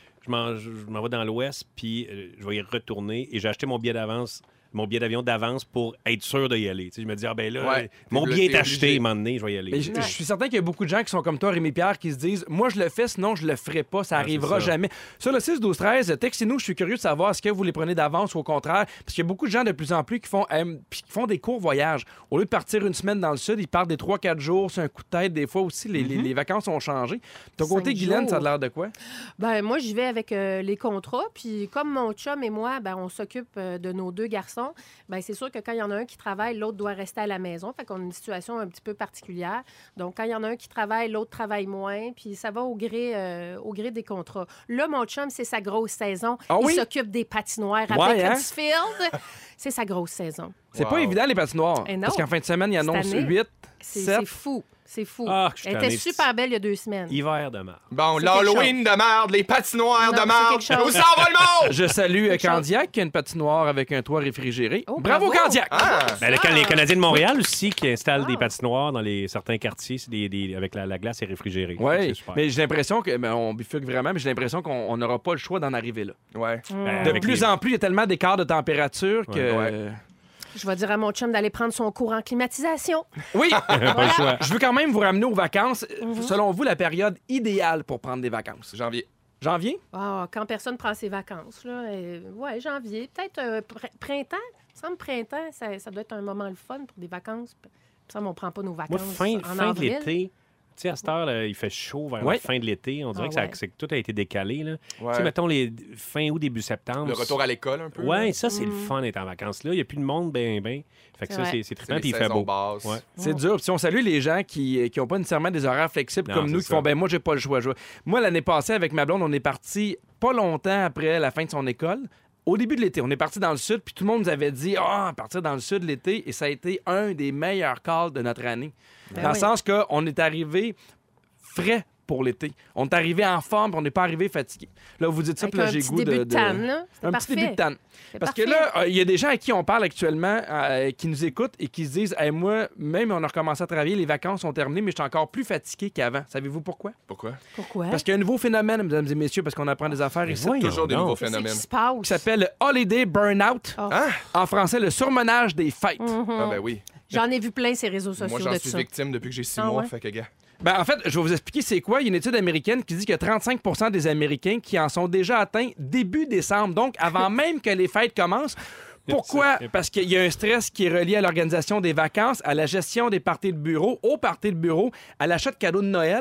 m'en vais dans l'Ouest, puis je vais y retourner et j'ai acheté mon billet d'avion d'avance pour être sûr d'y aller. Tu sais, je me dis, ah ben là, Ouais. mon Là, billet t'es est acheté, obligé. un moment donné, je vais y aller. Mais je suis certain qu'il y a beaucoup de gens qui sont comme toi, Rémi-Pierre, qui se disent « Moi, je le fais, sinon je le ferai pas, ça arrivera c'est ça. jamais. » Sur le 6-12-13, textez-nous, je suis curieux de savoir est-ce que vous les prenez d'avance ou au contraire, parce qu'il y a beaucoup de gens de plus en plus qui font des courts voyages. Au lieu de partir une semaine dans le sud, ils partent des 3-4 jours, c'est un coup de tête. Des fois aussi, les vacances ont changé. Ton côté, 5 Guylaine, jours. ça a l'air de quoi? Ben, moi, j'y vais avec les contrats. Puis, comme mon chum et moi, ben, on s'occupe de nos 2 garçons, ben, c'est sûr que quand il y en a un qui travaille, l'autre doit rester à la maison. Fait qu'on a une situation un petit peu particulière. Donc, quand il y en a un qui travaille, l'autre travaille moins. Puis, ça va au gré des contrats. Là, mon chum, c'est sa grosse saison. Ah oui? Il s'occupe des patinoires Ouais, avec hein? Huddersfield. C'est sa grosse saison. C'est Wow. pas évident, les patinoires. Eh non. Parce qu'en fin de semaine, il annonce année, 8, C'est 7. fou. C'est fou. Ah, je suis Elle était tanné. super belle il y a 2 semaines. Hiver de mars. Bon, C'est l'Halloween de merde, les patinoires Non, de merde. c'est quelque chose. Où s'en va le monde? Je salue Quelque chose. Candiac, qui a une patinoire avec un toit réfrigéré. Oh, bravo, bravo. Candiac! Ah! Ben, les Canadiens de Montréal aussi qui installent des patinoires dans certains quartiers c'est avec la glace est réfrigérée. Oui, C'est super. mais j'ai l'impression que... Ben, on bifurque vraiment, mais j'ai l'impression qu'on n'aura pas le choix d'en arriver là. Ouais. Ben, De avec plus en plus, il y a tellement d'écarts de température que... Ouais. Je vais dire à mon chum d'aller prendre son cours en climatisation. Oui! Pas le choix. Je veux quand même vous ramener aux vacances. Selon vous, la période idéale pour prendre des vacances? Janvier. Janvier? Ah, quand personne prend ses vacances, là. Ouais, janvier. Peut-être printemps. Il me semble printemps, ça doit être un moment le fun pour des vacances. Il me semble qu'on prend pas nos Moi, vacances fin en de avril. l'été, tu sais, à cette heure, là, il fait chaud vers Ouais. la fin de l'été. On dirait Ah que, ouais. c'est que tout a été décalé. Là. Ouais. Tu sais, mettons, les fin août, début septembre. Le retour à l'école, un peu. Ouais, ça, c'est le fun d'être en vacances. Là, il n'y a plus de monde, ben. Fait que C'est ça, vrai. c'est C'est trippant, les puis il fait saisons beau. basses. Ouais. C'est dur. Puis si on salue les gens qui n'ont pas nécessairement des horaires flexibles Non, comme nous, c'est qui font, ça. ben moi, j'ai pas le choix. Moi, l'année passée, avec ma blonde, on est parti pas longtemps après la fin de son école. Au début de l'été, on est parti dans le sud, puis tout le monde nous avait dit partir dans le sud l'été, et ça a été un des meilleurs calls de notre année. Ben dans le oui. sens qu'on est arrivé frais pour l'été. On est arrivé en forme, puis on n'est pas arrivé fatigué. Là, vous dites ça, Avec puis là, un j'ai petit goût début de de tanne, là. C'était un parfait. petit début de tanne. C'est Parce parfait. que là, il y a des gens à qui on parle actuellement, qui nous écoutent et qui se disent hey, moi, même on a recommencé à travailler, les vacances sont terminées, mais je suis encore plus fatigué qu'avant. Savez-vous pourquoi? Pourquoi? Pourquoi? Parce qu'il y a un nouveau phénomène, mesdames et messieurs, parce qu'on apprend des affaires ici, voyons Toujours des donc. nouveaux Qu'est-ce phénomènes. qui se passe? qui s'appelle le Holiday Burnout. Oh. Hein? En français, le surmenage des fêtes. Ah, ben oui. J'en ai vu plein ces réseaux sociaux Moi, j'en de suis ça. victime depuis que j'ai 6 Ah mois. ouais? Fait que, gars. Ben, en fait, je vais vous expliquer c'est quoi. Il y a une étude américaine qui dit que 35 des Américains qui en sont déjà atteints début décembre, donc avant même que les fêtes commencent. Pourquoi? Parce qu'il y a un stress qui est relié à l'organisation des vacances, à la gestion des parties de bureau, aux parties de bureau, à l'achat de cadeaux de Noël.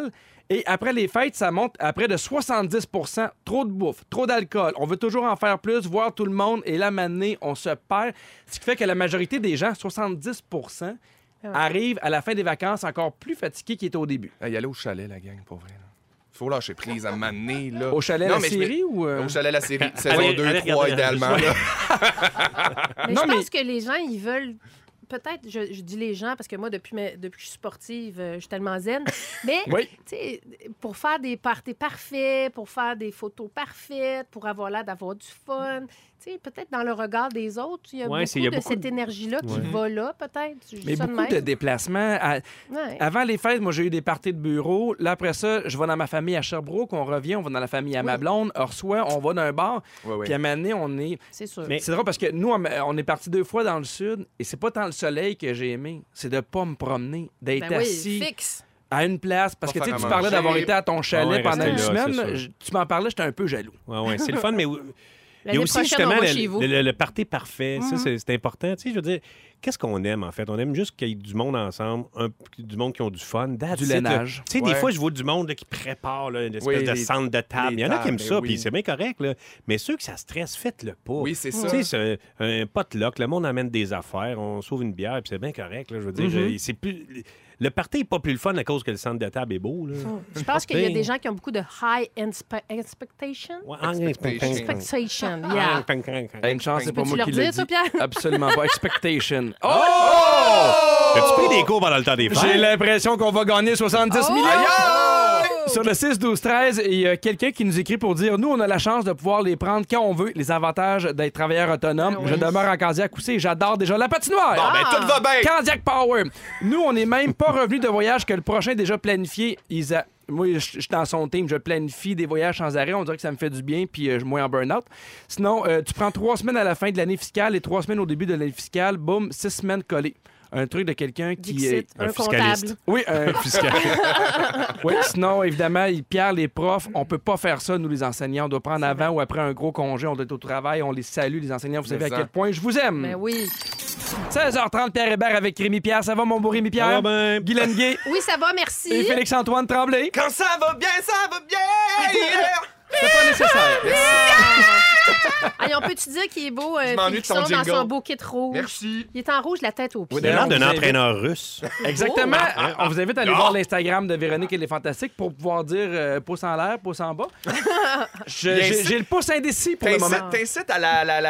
Et après les fêtes, ça monte à près de 70 %. Trop de bouffe, trop d'alcool. On veut toujours en faire plus, voir tout le monde. Et là, maintenant, on se perd. Ce qui fait que la majorité des gens, 70 %, arrivent à la fin des vacances encore plus fatigués qu'ils étaient au début. Il y allait au chalet, la gang, pour vrai. Là. Faut lâcher prise à un moment donné, là. Au chalet, la série ou... Au chalet, la série. Saison 2, 3, idéalement. Là. Mais je pense que les gens, ils veulent... Peut-être, je dis les gens, parce que moi, depuis que je suis sportive, je suis tellement zen. Mais, Oui. tu sais, pour faire des parties parfaits, pour faire des photos parfaites, pour avoir l'air d'avoir du fun, tu sais, peut-être dans le regard des autres, il y a beaucoup de cette énergie-là qui va là, peut-être. Mais beaucoup de déplacements. Avant les fêtes, moi, j'ai eu des parties de bureau. Là, après ça, je vais dans ma famille à Sherbrooke, on revient, on va dans la famille à ma blonde, Orsois, on va dans un bar. Puis à un moment donné, on est... C'est sûr. Mais c'est drôle parce que nous, on est partis 2 fois dans le sud et c'est pas tant le soleil que j'ai aimé, c'est de pas me promener, d'être assis fixe. à une place. Parce que tu faire à parlais manger. d'avoir été à ton chalet pendant une rester là, semaine. c'est Tu m'en parlais, j'étais un peu jaloux. Ouais, c'est le fun, mais il y a L'année aussi prochaine, on justement va chez vous. le party parfait. Ça, c'est important. Tu sais, je veux dire, qu'est-ce qu'on aime, en fait? On aime juste qu'il y ait du monde ensemble, du monde qui ont du fun. That's Du it, là. lainage. Tu sais, des fois, je vois du monde là, qui prépare là, une espèce de centre de table. Il y en a qui aiment ça, puis c'est bien correct. Là. Mais ceux que ça stresse, faites-le pas. Oui, c'est ça. Tu sais, c'est un potluck. Le monde amène des affaires, on sauve une bière, puis c'est bien correct. Là, je veux dire, c'est plus... Le party n'est pas plus le fun à cause que le centre de table est beau. Là. Je pense qu'il y a des gens qui ont beaucoup de high expectation. Ouais, Expectation, yeah. Une chance, c'est pas Peux-tu moi leur qui dire, l'ai ça, dit. Pierre? Absolument pas. Expectation. As-tu pris des cours pendant le temps des J'ai fêtes? l'impression qu'on va gagner 70 millions. Sur le 6-12-13, il y a quelqu'un qui nous écrit pour dire « Nous, on a la chance de pouvoir les prendre quand on veut, les avantages d'être travailleur autonome. Je demeure en Candiac-Coussé et j'adore déjà la patinoire. Bon, ben, tout va bien. Candiac Power. Nous, on n'est même pas revenus de voyage que le prochain est déjà planifié. Moi, je suis dans son team, je planifie des voyages sans arrêt. On dirait que ça me fait du bien, puis je suis moins en burn-out. Sinon, tu prends 3 semaines à la fin de l'année fiscale et 3 semaines au début de l'année fiscale. Boum, 6 semaines collées. Un truc de quelqu'un qui... Dixit, un comptable. Oui, un fiscal. Oui, sinon, évidemment, Pierre, les profs, on peut pas faire ça, nous, les enseignants. On doit prendre avant ou après un gros congé. On doit être au travail. On les salue, les enseignants. Vous savez à quel point je vous aime. Mais oui. 16h30, Pierre Hébert avec Rémi Pierre. Ça va, mon beau Rémi Pierre? Ça va bien. Guylaine Gay Oui, ça va, merci. et Félix-Antoine Tremblay. Quand ça va bien, ça va bien! C'est pas nécessaire. Allez, on peut-tu dire qu'il est beau, m'ennuie de ton Félixon, dans jingle. son beau kit rouge? Merci. Il est en rouge, la tête aux pieds. Il a l'air d'un On vous entraîneur russe. Exactement. On vous invite à aller voir l'Instagram de Véronique et les Fantastiques pour pouvoir dire pouce en l'air, pouce en bas. J'ai le pouce indécis pour le moment. T'incites à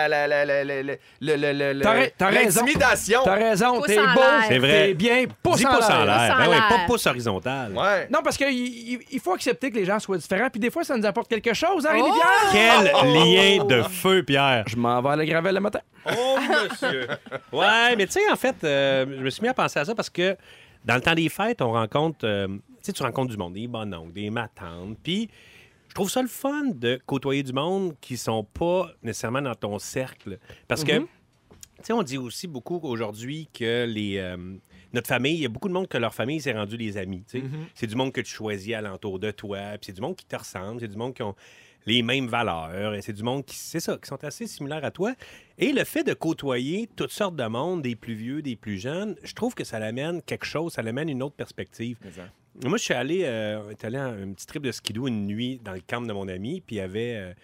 T'as raison. l'intimidation. T'as raison, Pouce t'es en beau, l'air. C'est vrai. t'es bien, pouce Dis en pouce en l'air. l'air. Pouce en Ben ouais, l'air. pas pouce horizontal. Ouais. Non, parce qu'il faut accepter que les gens soient différents, puis des fois, ça nous apporte quelque chose, hein, Rémi Pierre? Quel lien de feu, Pierre. Je m'en vais à la Gravelle le matin. Oh, monsieur. Ouais, mais tu sais, en fait, je me suis mis à penser à ça parce que dans le temps des fêtes, on rencontre... tu sais, tu rencontres du monde, des mononcles, des matantes, puis je trouve ça le fun de côtoyer du monde qui sont pas nécessairement dans ton cercle. Parce que, tu sais, on dit aussi beaucoup aujourd'hui que notre famille, il y a beaucoup de monde que leur famille s'est rendu des amis. Tu sais. C'est du monde que tu choisis alentour de toi, puis c'est du monde qui te ressemble, c'est du monde qui ont les mêmes valeurs, et c'est du monde qui, c'est ça, qui sont assez similaires à toi. Et le fait de côtoyer toutes sortes de monde, des plus vieux, des plus jeunes, je trouve que ça l'amène quelque chose, ça l'amène une autre perspective. Moi, je suis allé, on est allé à un petit trip de skidoo une nuit dans le camp de mon ami, puis il y avait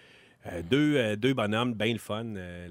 deux bonhommes bien le fun,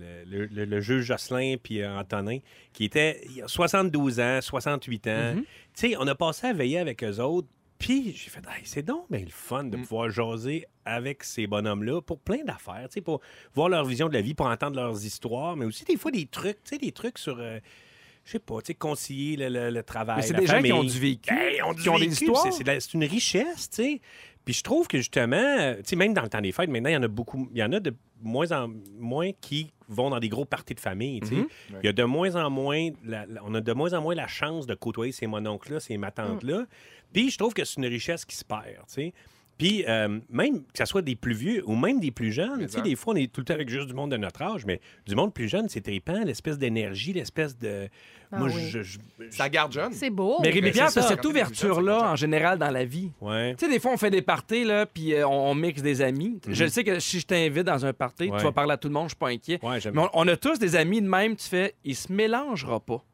le juge Jocelyn puis Antonin, qui étaient 72 ans, 68 ans. Tu sais, on a passé à veiller avec eux autres, puis j'ai fait, hey, c'est donc bien le fun de pouvoir jaser avec ces bonhommes-là pour plein d'affaires, tu sais, pour voir leur vision de la vie, pour entendre leurs histoires, mais aussi des fois des trucs, tu sais, des trucs sur... je sais pas, tu sais, concilier le travail, Mais c'est la des gens famille. qui ont du vécu, qui ont des vécu, histoires. c'est une richesse, tu sais. Puis je trouve que justement, tu sais, même dans le temps des fêtes, maintenant, il y en a beaucoup, il y en a de moins en moins qui vont dans des gros parties de famille, tu sais. Il y a de moins en moins, on a de moins en moins la chance de côtoyer ces mononcles-là, ces matantes-là. Puis je trouve que c'est une richesse qui se perd, tu sais. Puis même que ce soit des plus vieux ou même des plus jeunes, tu sais, des fois, on est tout le temps avec juste du monde de notre âge, mais du monde plus jeune, c'est trippant, l'espèce d'énergie, l'espèce de... Moi, Ça garde jeune. C'est beau. Mais Rémi Pierre, c'est t'as ça. cette ouverture-là, en général, dans la vie. Ouais. Tu sais, des fois, on fait des parties, là, puis on mixe des amis. Je sais que si je t'invite dans un party, tu vas parler à tout le monde, je suis pas inquiet. Ouais, j'aime Mais on a tous des amis de même, tu fais, il se mélangera pas.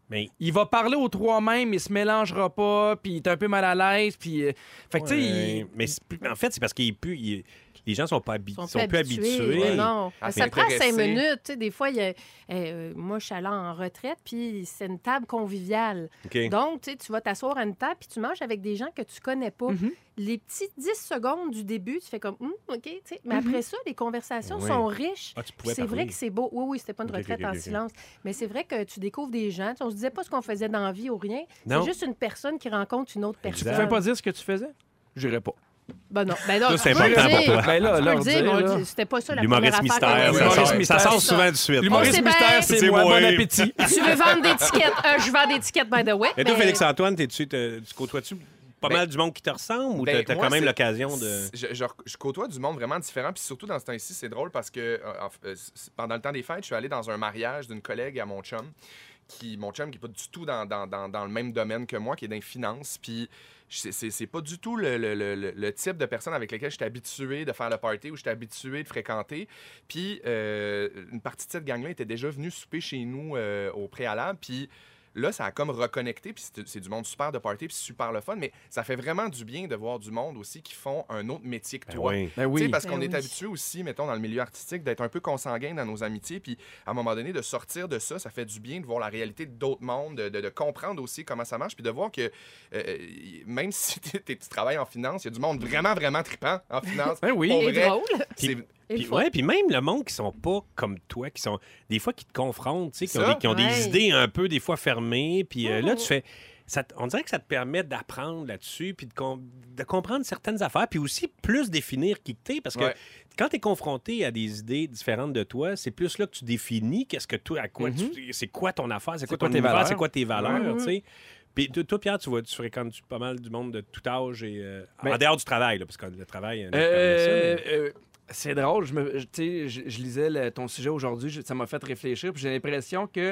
Mais Il va parler aux trois mêmes, il se mélangera pas, puis il est un peu mal à l'aise, puis... fait que, tu sais, ouais, mais en fait, c'est parce les gens sont pas Ils sont plus habitués. Mais non. À Ça prend 5 s'intéresser. minutes. Tu sais, des fois, moi, je suis allée en retraite, puis c'est une table conviviale. OK. Donc, tu vas t'asseoir à une table, puis tu manges avec des gens que tu connais pas. Les petits 10 secondes du début, tu fais comme, OK, tu sais. Mais après ça, les conversations Oui. sont riches. Ah, tu Puis pouvais c'est vrai parler. que c'est beau. Oui, c'était pas une OK, retraite OK, en OK. silence. Mais c'est vrai que tu découvres des gens. Tu sais, on se disait pas ce qu'on faisait dans la vie ou rien. Non. C'est juste une personne qui rencontre une autre Exact. tu personne. fais pas dire ce que tu faisais? J'irai pas. Ben non. Ben non, Ça, c'est tu peux le important pour dire. toi. Ben là, Tu peux leur le dire, dire, mais on là. dit, c'était pas ça la première L'humoriste affaire mystère, qu'on L'humoriste ça sort mystère. souvent du suite. L'humoriste c'est mystère, bien. c'est C'est moi. moi. Bon appétit. Tu veux vendre des tickets? Je vends des tickets, by the way. Et toi, mais- Félix-Antoine, tu côtoies-tu pas mal du monde qui te ressemble ou Ben, t'as moi, quand même c'est- l'occasion de... Je côtoie du monde vraiment différent, puis surtout dans ce temps-ci, c'est drôle parce que pendant le temps des fêtes, je suis allé dans un mariage d'une collègue à mon chum qui est pas du tout dans le même domaine que moi, qui est dans les finances, puis c'est pas du tout le type de personne avec lequel je suis habitué de faire le party ou je suis habitué de fréquenter. Puis une partie de cette gang-là était déjà venue souper chez nous au préalable, puis là, ça a comme reconnecté, puis c'est du monde super de party, puis super le fun, mais ça fait vraiment du bien de voir du monde aussi qui font un autre métier que toi. oui. Ben Tu sais, oui. parce qu'on Ben est oui. habitué aussi, mettons, dans le milieu artistique, d'être un peu consanguin dans nos amitiés, puis à un moment donné, de sortir de ça, ça fait du bien de voir la réalité d'autres mondes, de comprendre aussi comment ça marche, puis de voir que même si tu travailles en finance, il y a du monde vraiment, vraiment trippant en finance. Ben oui. Pour Et vrai. drôle. C'est- Et Puis, le fun. ouais, puis même le monde qui sont pas comme toi, qui sont des fois qui te confrontent, tu sais, qui ont, Ça? qui ont Ouais. des idées un peu des fois fermées, puis là tu fais, on dirait que ça te permet d'apprendre là-dessus, puis de comprendre certaines affaires, puis aussi plus définir qui que t'es, parce que Ouais. quand tu es confronté à des idées différentes de toi, c'est plus là que tu définis qu'est-ce que toi, à quoi c'est quoi ton affaire, c'est quoi quoi ton tes univers, valeurs. c'est quoi tes valeurs, Mhm. tu sais. Puis toi, Pierre, tu fréquentes pas mal du monde de tout âge et Ben- en dehors du travail, là, parce que le travail. C'est drôle. Tu sais, je lisais ton sujet aujourd'hui, ça m'a fait réfléchir. Puis j'ai l'impression que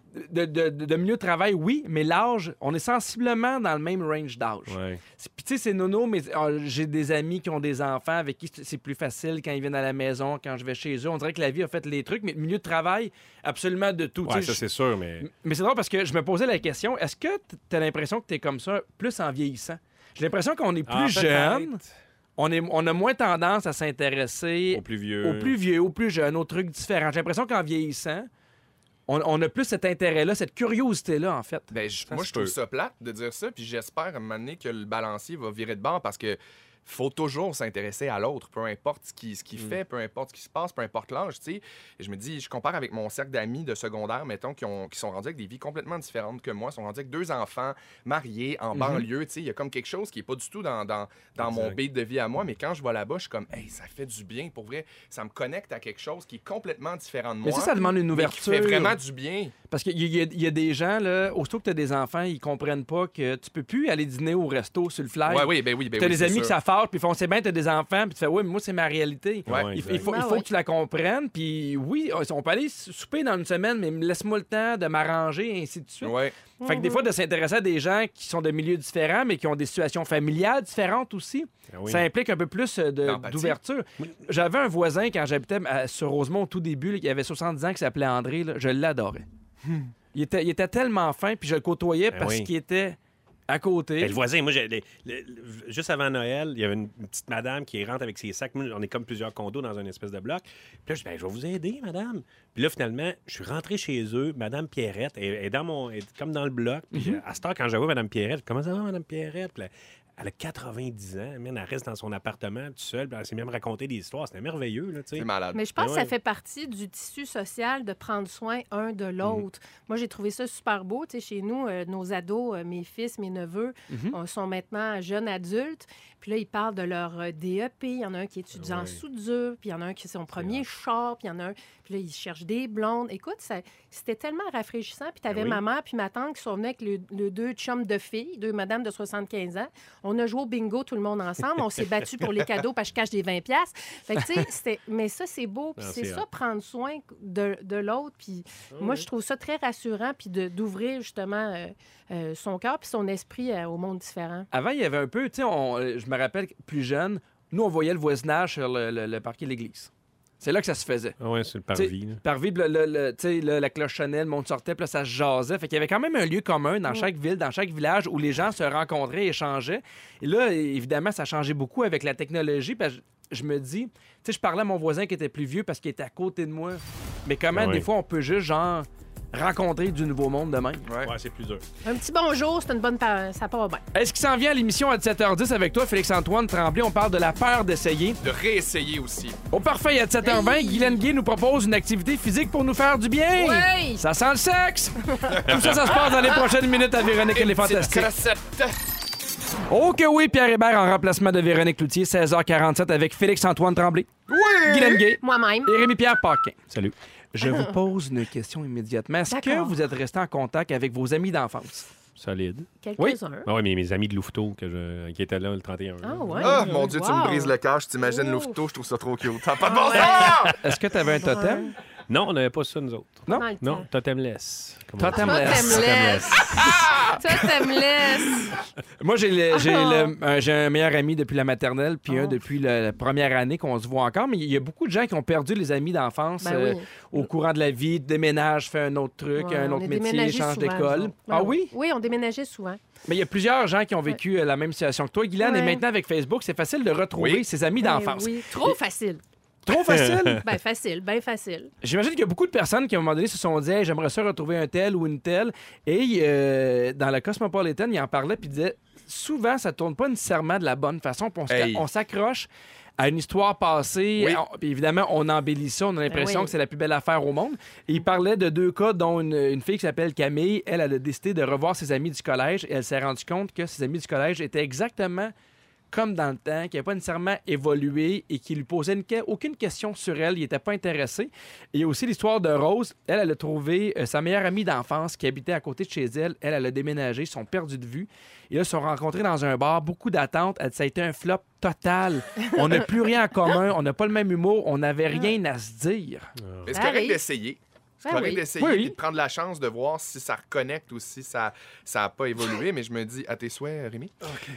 de milieu de travail, oui, mais l'âge, on est sensiblement dans le même range d'âge. Ouais. Puis tu sais, c'est nono, mais j'ai des amis qui ont des enfants avec qui c'est plus facile quand ils viennent à la maison, quand je vais chez eux. On dirait que la vie a fait les trucs, mais le milieu de travail, absolument de tout. Ouais, Tu sais, ça c'est sûr, mais. mais c'est drôle parce que je me posais la question, est-ce que tu as l'impression que tu es comme ça plus en vieillissant? J'ai l'impression qu'on est plus jeune, on a moins tendance à s'intéresser Au plus vieux. aux plus vieux, aux plus jeunes, aux trucs différents. J'ai l'impression qu'en vieillissant, on a plus cet intérêt-là, cette curiosité-là, en fait. Ben, moi, se je trouve peut. ça plate de dire ça, puis j'espère à un moment donné que le balancier va virer de bord parce que faut toujours s'intéresser à l'autre, peu importe ce qu'il fait, peu importe ce qui se passe, peu importe l'âge, tu sais. Et je me dis, je compare avec mon cercle d'amis de secondaire, mettons, qui sont rendus avec des vies complètement différentes que moi, sont rendus avec 2 enfants, mariés, en banlieue, tu sais. Il y a comme quelque chose qui est pas du tout dans mon beat de vie à moi, mais quand je vais là-bas, je suis comme, hey, ça fait du bien, pour vrai. Ça me connecte à quelque chose qui est complètement différent de moi. Mais ça demande une mais ouverture. qui fait vraiment du bien. Parce qu'il y a des gens, là, aussitôt que tu as des enfants, ils comprennent pas que tu peux plus aller dîner au resto sur le fly. Ouais, oui, ben oui, ben T'as oui, des c'est amis sûr. qui s'affairent, puis ils font, c'est bien, t'as des enfants, puis tu fais, oui, mais moi, c'est ma réalité. Ouais, il exact. faut, Ah il faut ouais. que tu la comprennes, puis oui, on peut aller souper dans une semaine, mais laisse-moi le temps de m'arranger, et ainsi de suite. Ouais. Fait que des fois, de s'intéresser à des gens qui sont de milieux différents, mais qui ont des situations familiales différentes aussi, Ah oui. ça implique un peu plus D'empathie. d'ouverture. J'avais un voisin, quand j'habitais sur Rosemont au tout début, là, qui avait 70 ans, qui s'appelait André, là, je l'adorais. Il était tellement fin, puis je le côtoyais Ben parce oui. qu'il était à côté. Ben, le voisin, moi, juste avant Noël, il y avait une petite madame qui rentre avec ses sacs. Nous, on est comme plusieurs condos dans une espèce de bloc. Puis là, je dis, ben, je vais vous aider, madame. Puis là, finalement, je suis rentré chez eux. Madame Pierrette, elle est comme dans le bloc. Puis à cette heure, quand j'avoue Madame Pierrette, comment ça va, Madame Pierrette? Puis là, elle a 90 ans. Elle reste dans son appartement toute seule. Puis elle s'est même raconté des histoires. C'était merveilleux, là, tu sais. C'est malade. Mais je pense Ben que ça ouais. fait partie du tissu social de prendre soin un de l'autre. Moi, j'ai trouvé ça super beau. Tu sais, chez nous, nos ados, mes fils, mes neveux, sont maintenant jeunes adultes. Puis là, ils parlent de leur DEP. Il y en a un qui étudie en Ouais. soudure, puis il y en a un qui est son premier char, puis il y en a un... Puis là, ils cherchent des blondes. Écoute, c'était tellement rafraîchissant. Puis tu avais oui. ma mère puis ma tante qui sont venues avec les deux chums de filles, deux madames de 75 ans. On a joué au bingo tout le monde ensemble. On s'est battus pour les cadeaux parce que je cache des 20$. Fait que, tu sais, mais ça, c'est beau. Puis Ah, c'est c'est ça, hot. prendre soin de l'autre. Puis moi, je trouve ça très rassurant, puis d'ouvrir justement son cœur puis son esprit au monde différent. Avant, il y avait un peu, tu sais, je me rappelle, plus jeune, nous, on voyait le voisinage sur le parquet de l'église. C'est là que ça se faisait. Ah ouais, c'est le T'sais, parvis. Là. Parvis, la clochonnelle, le monde sortait, puis là, ça se jasait. Fait qu'il y avait quand même un lieu commun dans chaque ville, dans chaque village où les gens se rencontraient, échangeaient. Et là, évidemment, ça a changé beaucoup avec la technologie. Parce que je me dis, tu sais, je parlais à mon voisin qui était plus vieux parce qu'il était à côté de moi. Mais comment, des fois, on peut juste, genre, rencontrer du nouveau monde de même? Ouais. Ouais, c'est plus dur. Un petit bonjour, c'est une bonne... Ça part bien. Est-ce qu'il s'en vient à l'émission à 17h10 avec toi, Félix-Antoine Tremblay? On parle de la peur d'essayer. De réessayer aussi. Au parfait, à 17h20, Guylaine Gay nous propose une activité physique pour nous faire du bien. Oui! Ça sent le sexe! Tout ça, ça se passe dans les prochaines minutes à Véronique et les Fantastiques. Oh que oui, Pierre Hébert en remplacement de Véronique Cloutier, 16h47 avec Félix-Antoine Tremblay. Oui! Guylaine Gay. Moi-même. Et Rémi-Pierre Paquin. Salut. Je vous pose une question immédiatement. Est-ce que D'accord. vous êtes resté en contact avec vos amis d'enfance? Solide. Quelques-uns. Ah oui, mais mes amis de Louveteau qui étaient là le 31. Ah ouais. Ah, mon Dieu, tu me Wow. brises le cœur. Je t'imagine Oh. Louveteau, je trouve ça trop cute. T'as pas de bon sens! Est-ce que tu avais un totem? Non, on n'avait pas ça, nous autres. Non? Dans le Non, temps. totemless. Comme on dit. Totemless. Totemless. Totemless. Moi, j'ai un meilleur ami depuis la maternelle, puis un depuis la première année qu'on se voit encore. Mais il y a beaucoup de gens qui ont perdu les amis d'enfance Ben oui. au courant de la vie, déménage, fait un autre truc, Ouais, un on autre est métier, déménagés change souvent, d'école. nous autres. Ah Ouais, oui? Oui, on déménageait souvent. Mais il y a plusieurs gens qui ont vécu la même situation que toi, Guylaine, et Ouais. maintenant avec Facebook, c'est facile de retrouver Oui. ses amis d'enfance. Oui. Trop facile. Trop facile. Ben facile, bien facile. J'imagine qu'il y a beaucoup de personnes qui, à un moment donné, se sont dit hey, j'aimerais ça retrouver un tel ou une telle. Et dans le Cosmopolitan, il en parlait puis il disait souvent, ça tourne pas nécessairement de la bonne façon. Puis Hey. on s'accroche à une histoire passée. Oui. Puis évidemment, on embellit ça. On a l'impression oui. que c'est la plus belle affaire au monde. Et il parlait de 2 cas, dont une fille qui s'appelle Camille. Elle a décidé de revoir ses amis du collège et elle s'est rendue compte que ses amis du collège étaient exactement comme dans le temps, qui n'a pas nécessairement évolué et qui lui posait aucune question sur elle. Il n'était pas intéressé. Et il y a aussi l'histoire de Rose. Elle a trouvé sa meilleure amie d'enfance qui habitait à côté de chez elle. Elle a déménagé, ils sont perdus de vue. Et là, ils se sont rencontrés dans un bar. Beaucoup d'attentes. Ça a été un flop total. On n'a plus rien en commun. On n'a pas le même humour. On n'avait rien à se dire. Mais c'est Ah correct oui. d'essayer. C'est Ah correct oui. d'essayer Oui, oui. et de prendre la chance de voir si ça reconnecte ou si ça n'a pas évolué. Mais je me dis, à tes souhaits, Rémi?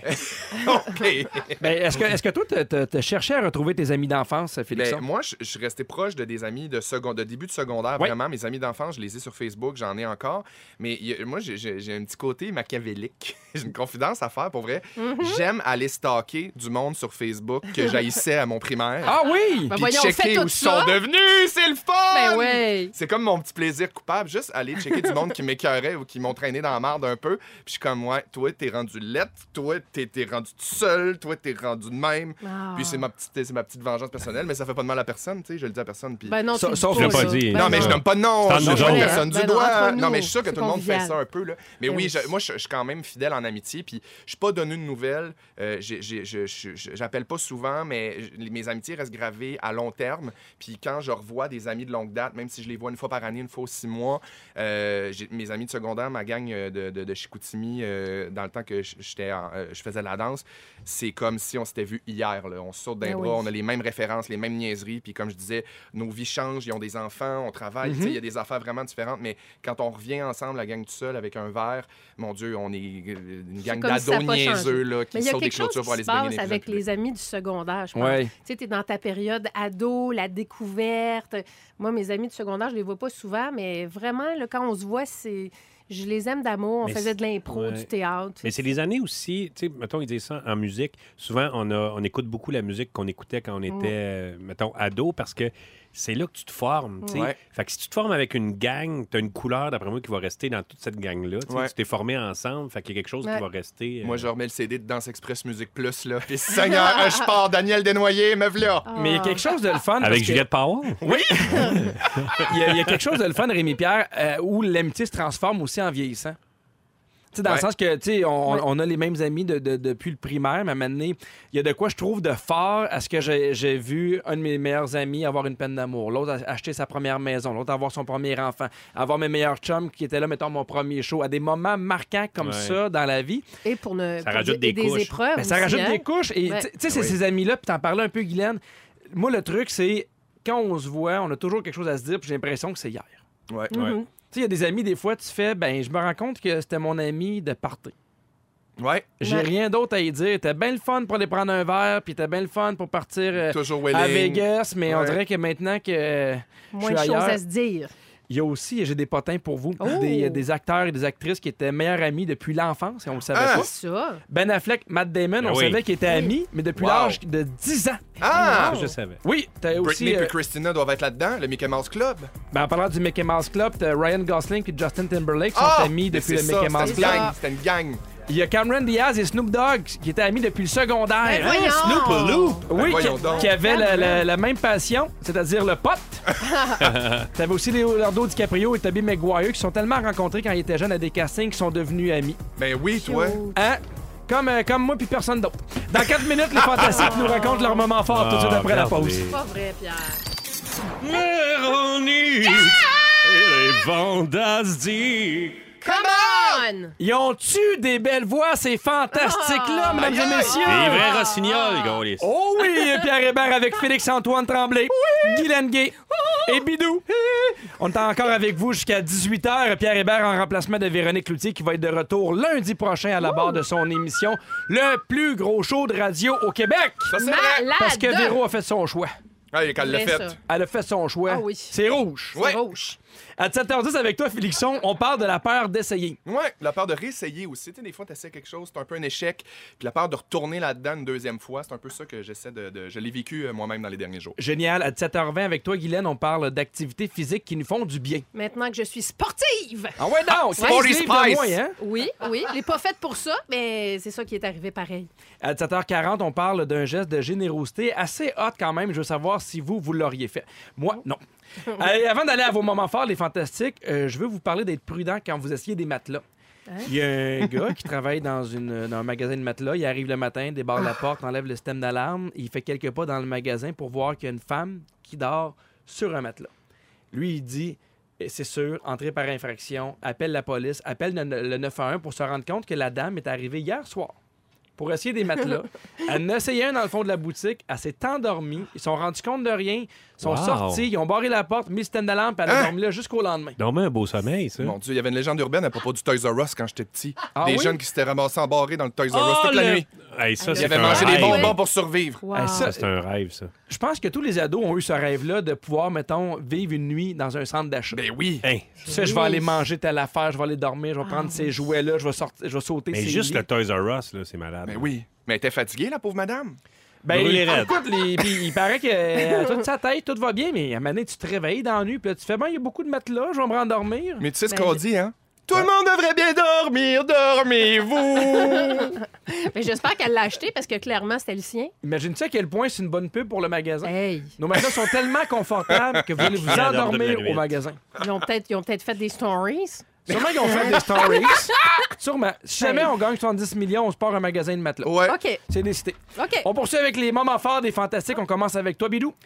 OK. Ben, est-ce que toi, tu as cherché à retrouver tes amis d'enfance, Félix? Ben, moi, je suis resté proche de des amis de début de secondaire. Ouais. Vraiment, mes amis d'enfance, je les ai sur Facebook, j'en ai encore. Mais moi, j'ai un petit côté machiavélique. J'ai une confidence à faire, pour vrai. J'aime aller stalker du monde sur Facebook que j'haïssais à mon primaire. Ah oui! Ben Puis voyons, fais checker tout où ils ça. sont devenus, c'est le fun! Ben oui. C'est comme mon petit plaisir coupable, juste aller checker du monde qui m'écœurait ou qui m'ont traîné dans la marde un peu. Puis je suis comme, ouais, toi, t'es rendu lettre, toi, t'es rendu tout seul, toi, t'es rendu de même. Ah. Puis c'est ma petite vengeance personnelle, mais ça fait pas de mal à personne, tu sais, je le dis à personne. Puis... Ben non, tu le dis Sauf pas, que pas là. dit. Ben non, mais je nomme pas de nom, C'est je entre nomme nous personne autres. du Ben non, doigt. entre Non, mais nous, je suis sûr que c'est tout le monde fait convivial. ça un peu, là. Mais Ben oui, oui. moi, je suis quand même fidèle en amitié, puis je suis pas donné de nouvelles. J'appelle pas souvent, mais mes amitiés restent gravées à long terme. Puis quand je revois des amis de longue date, même si je les vois une fois par année, une fois aux 6 mois, mes amis de secondaire, ma gang de Chicoutimi, dans le temps que je faisais de la danse, c'est comme si on s'était vu hier. Là. On se saute d'un Ben bras, oui. on a les mêmes références, les mêmes niaiseries. Puis comme je disais, nos vies changent, ils ont des enfants, on travaille. Tu sais, il y a des affaires vraiment différentes. Mais quand on revient ensemble, la gang tout seul, avec un verre, mon Dieu, on est une gang comme si ça a d'ados pas niaiseux changé. là, qui Mais il y a sautent des quelque chose clôtures qui pour aller se se baigner passe dans les avec prisons les amis du secondaire, je pense. Ouais. Tu sais, t'es dans ta période ado, la découverte. Moi, mes amis du secondaire, je les vois pas souvent, mais vraiment, là, quand on se voit, je les aime d'amour. On Mais faisait de l'impro, ouais. du théâtre. Mais c'est les années aussi, tu sais, mettons, ils disent ça en musique. Souvent, on écoute beaucoup la musique qu'on écoutait quand on était, mettons, ado, parce que c'est là que tu te formes, tu sais. Ouais. Fait que si tu te formes avec une gang, t'as une couleur, d'après moi, qui va rester dans toute cette gang-là. Tu sais. Ouais. Tu t'es formé ensemble, fait qu'il y a quelque chose Ouais. qui va rester. Moi, je remets le CD de Danse Express Musique Plus, là. Puis Seigneur, je pars, Daniel Desnoyers, me v'là. Ah. Mais il y a quelque chose de le fun. Avec parce que- Juliette Powell? Oui! Il y a quelque chose de le fun, Rémi-Pierre, où l'amitié se transforme aussi en vieillissant. Tu sais, dans le Ouais. sens que, tu sais, on a les mêmes amis depuis le primaire, mais à un moment donné, il y a de quoi je trouve de fort à ce que j'ai vu un de mes meilleurs amis avoir une peine d'amour, l'autre acheter sa première maison, l'autre avoir son premier enfant, avoir mes meilleurs chums qui étaient là, mettons, mon premier show, à des moments marquants comme Ouais. ça dans la vie. Et pour Ça pour rajoute des couches. épreuves. Ben, ça aussi, rajoute hein? des couches. Et Ouais. tu sais, c'est Oui. ces amis-là, puis t'en parlais un peu, Guylaine. Moi, le truc, c'est quand on se voit, on a toujours quelque chose à se dire, puis j'ai l'impression que c'est hier. Ouais. Mhm. Ouais. Tu sais, il y a des amis, des fois, tu fais, ben, je me rends compte que c'était mon ami de party. Ouais. J'ai rien d'autre à y dire. T'as bien le fun pour aller prendre un verre, puis t'as bien le fun pour partir Toujours à willing. Vegas, mais on Ouais. dirait que maintenant que Moins je de suis choses ailleurs, à se dire. il y a aussi, j'ai des potins pour vous, Oh! des acteurs et des actrices qui étaient meilleurs amis depuis l'enfance, et on le savait Ah! pas. C'est ça. Ben Affleck, Matt Damon, Ben on oui. savait qu'ils étaient amis, mais depuis Wow. l'âge de 10 ans. Ah! Je savais. Oui, t'as aussi... Britney et Christina doivent être là-dedans, le Mickey Mouse Club. en parlant du Mickey Mouse Club, t'as Ryan Gosling et Justin Timberlake sont amis Mais depuis le c'est Mickey ça, Mouse c'était Club. une gang, c'était une gang. Il y a Cameron Diaz et Snoop Dogg qui étaient amis depuis le secondaire. Ben voyons! Snoopaloo! Oui, voyons donc. qui avaient la même passion, c'est-à-dire le pote. T'avais aussi Leonardo DiCaprio et Tobey Maguire qui sont tellement rencontrés quand ils étaient jeunes à des castings qu'ils sont devenus amis. Ben oui, toi. Hein? Comme moi puis personne d'autre. Dans 4 minutes, les Fantastiques nous racontent leur moment fort tout de suite après la pause. C'est pas vrai, Pierre. Véronique et les fantastiques. Come on! Ils ont-tu des belles voix, ces fantastiques-là, mesdames et messieurs? Les vrais rossignols, Gaulis. Oh oui, Pierre Hébert avec Félix-Antoine Tremblay, Guylaine Gay et Bidou. On est encore avec vous jusqu'à 18h. Pierre Hébert en remplacement de Véronique Cloutier qui va être de retour lundi prochain à la barre de son émission Le plus gros show de radio au Québec. Ça, c'est vrai. Malade! Parce que Véro a fait son choix. Ah, quand elle l'a Vrai, fait. ça. Elle a fait son choix. Ah oui. C'est rouge. Ouais. C'est rouge. À 7h10 avec toi, Félixon, on parle de la peur d'essayer. Ouais, la peur de réessayer aussi. Tu sais, des fois, tu essaies quelque chose, c'est un peu un échec. Puis la peur de retourner là-dedans une deuxième fois, c'est un peu ça que j'essaie de. Je l'ai vécu moi-même dans les derniers jours. Génial. À 7h20 avec toi, Guylaine, on parle d'activités physiques qui nous font du bien. Maintenant que je suis sportive. Ah ouais, non! C'est Sporty exclusif de Spice. moi, hein? Oui, oui. Je l'ai pas faite pour ça, mais c'est ça qui est arrivé pareil. À 7h40, on parle d'un geste de générosité assez hot quand même. Je veux savoir si vous l'auriez fait. Moi, non. Allez, avant d'aller à vos moments forts, les fantastiques, je veux vous parler d'être prudent quand vous essayez des matelas. Il y a un gars qui travaille dans un magasin de matelas. Il arrive le matin, débarre la porte, enlève le système d'alarme. Il fait quelques pas dans le magasin pour voir qu'il y a une femme qui dort sur un matelas. Lui, il dit... C'est sûr, entrée par infraction, appelle la police, appelle le 911 pour se rendre compte que la dame est arrivée hier soir pour essayer des matelas. Elle en a essayé un dans le fond de la boutique, elle s'est endormie, ils se sont rendus compte de rien, ils sont Wow. sortis, ils ont barré la porte, mis le système d'alarme, puis elle a dormi là jusqu'au lendemain. Dormez un beau sommeil, ça. Mon Dieu, il y avait une légende urbaine à propos du Toys R Us quand j'étais petit. Ah des oui? jeunes qui s'étaient ramassés embarrés dans le Toys R Us toute la nuit. Hey, ça, Ils c'est Ils avaient un mangé des rêve. bonbons pour survivre. Wow. Hey, Ça, c'est un rêve, ça. Je pense que tous les ados ont eu ce rêve-là de pouvoir, mettons, vivre une nuit dans un centre d'achat. Ben oui. Hey, Tu sais, je vais aller manger telle affaire, je vais aller dormir, je vais prendre ces jouets-là, je vais sauter mais ces juste lits. le Toys R Us, là, c'est malade. Ben oui. Mais elle était fatiguée, la pauvre madame. Ben, Brûlé raide. écoute, puis il paraît que toute sa tête, tout va bien, mais à un moment donné, tu te réveilles dans la nuit, puis là, tu fais, bon, il y a beaucoup de matelas, je vais me rendormir. Mais tu sais ce Ben, qu'on dit, hein? Tout le monde devrait bien dormir, dormez-vous! Mais j'espère qu'elle l'a acheté parce que clairement, c'était le sien. Imagine-tu à quel point c'est une bonne pub pour le magasin? Hey! Nos matelas sont tellement confortables que vous allez vous J'adore de endormir la au magasin. Ils ont peut-être fait des stories. Sûrement qu'ils ont fait des stories. Sûrement. Si jamais on gagne 70 millions, on se part un magasin de matelas. Ouais. OK. C'est décidé. OK. On poursuit avec les moments forts des Fantastiques. On commence avec toi, Bidou.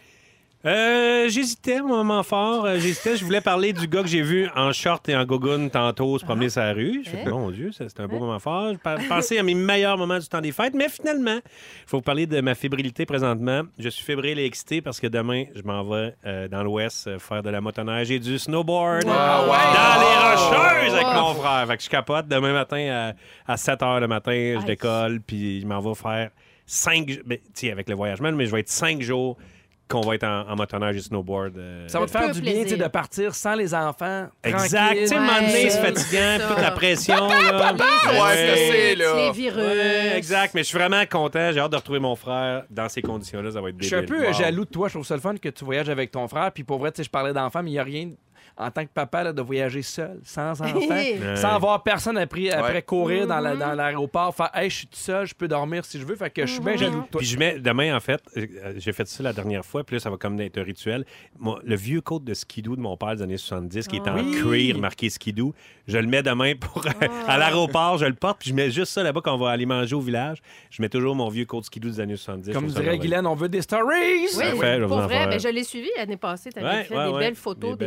J'hésitais, mon moment fort. J'hésitais. Je voulais parler du gars que j'ai vu en short et en gogoune tantôt se promener sur la rue. Je fais, mon Dieu, ça, c'est un beau moment fort. Je pensais à mes meilleurs moments du temps des fêtes. Mais finalement, il faut vous parler de ma fébrilité présentement. Je suis fébrile et excité parce que demain, je m'en vais dans l'Ouest faire de la motoneige et du snowboard Ah dans les Rocheuses avec mon frère. Fait que je capote. Demain matin, à 7 h le matin, je décolle. Puis je m'en vais faire 5 jours. Tu sais, avec le voyagement, mais je vais être 5 jours qu'on va être en motoneige et snowboard. Ça va te faire peu du bien, plaisir. tu sais, de partir sans les enfants. Exact. tranquille. Tu sais, à un moment donné, c'est Ouais, fatigant, c'est toute la ça. pression. Là. Ouais, c'est assez, là. Les virus. Ouais, exact, mais je suis vraiment content. J'ai hâte de retrouver mon frère dans ces conditions-là. Ça va être Je débile. suis un peu Wow. jaloux de toi. Je trouve ça le fun que tu voyages avec ton frère. Puis pour vrai, tu sais, je parlais d'enfants, mais il n'y a rien en tant que papa là, de voyager seul, sans enfants, sans avoir personne après courir dans l'aéroport, faire hey, je suis tout seul, je peux dormir si je veux. Fait que je suis bien jaloux de toi. Puis je mets demain, en fait, j'ai fait ça la dernière fois, puis là, ça va comme être un rituel. Le vieux coat de skidoo de mon père des années 70, qui est en Oui. cuir marqué skidoo, je le mets demain pour à l'aéroport, je le porte, puis je mets juste ça là-bas quand on va aller manger au village. Je mets toujours mon vieux coat skidoo des années 70. Comme Je trouve ça dirait merveilleux. Guylaine, on veut des stories! Oui, Parfait, je vais pour vous en vrai, faire. ben, je l'ai suivi l'année passée. Tu avais Ouais, fait ouais, des ouais. belles photos, des belles vidéos photos.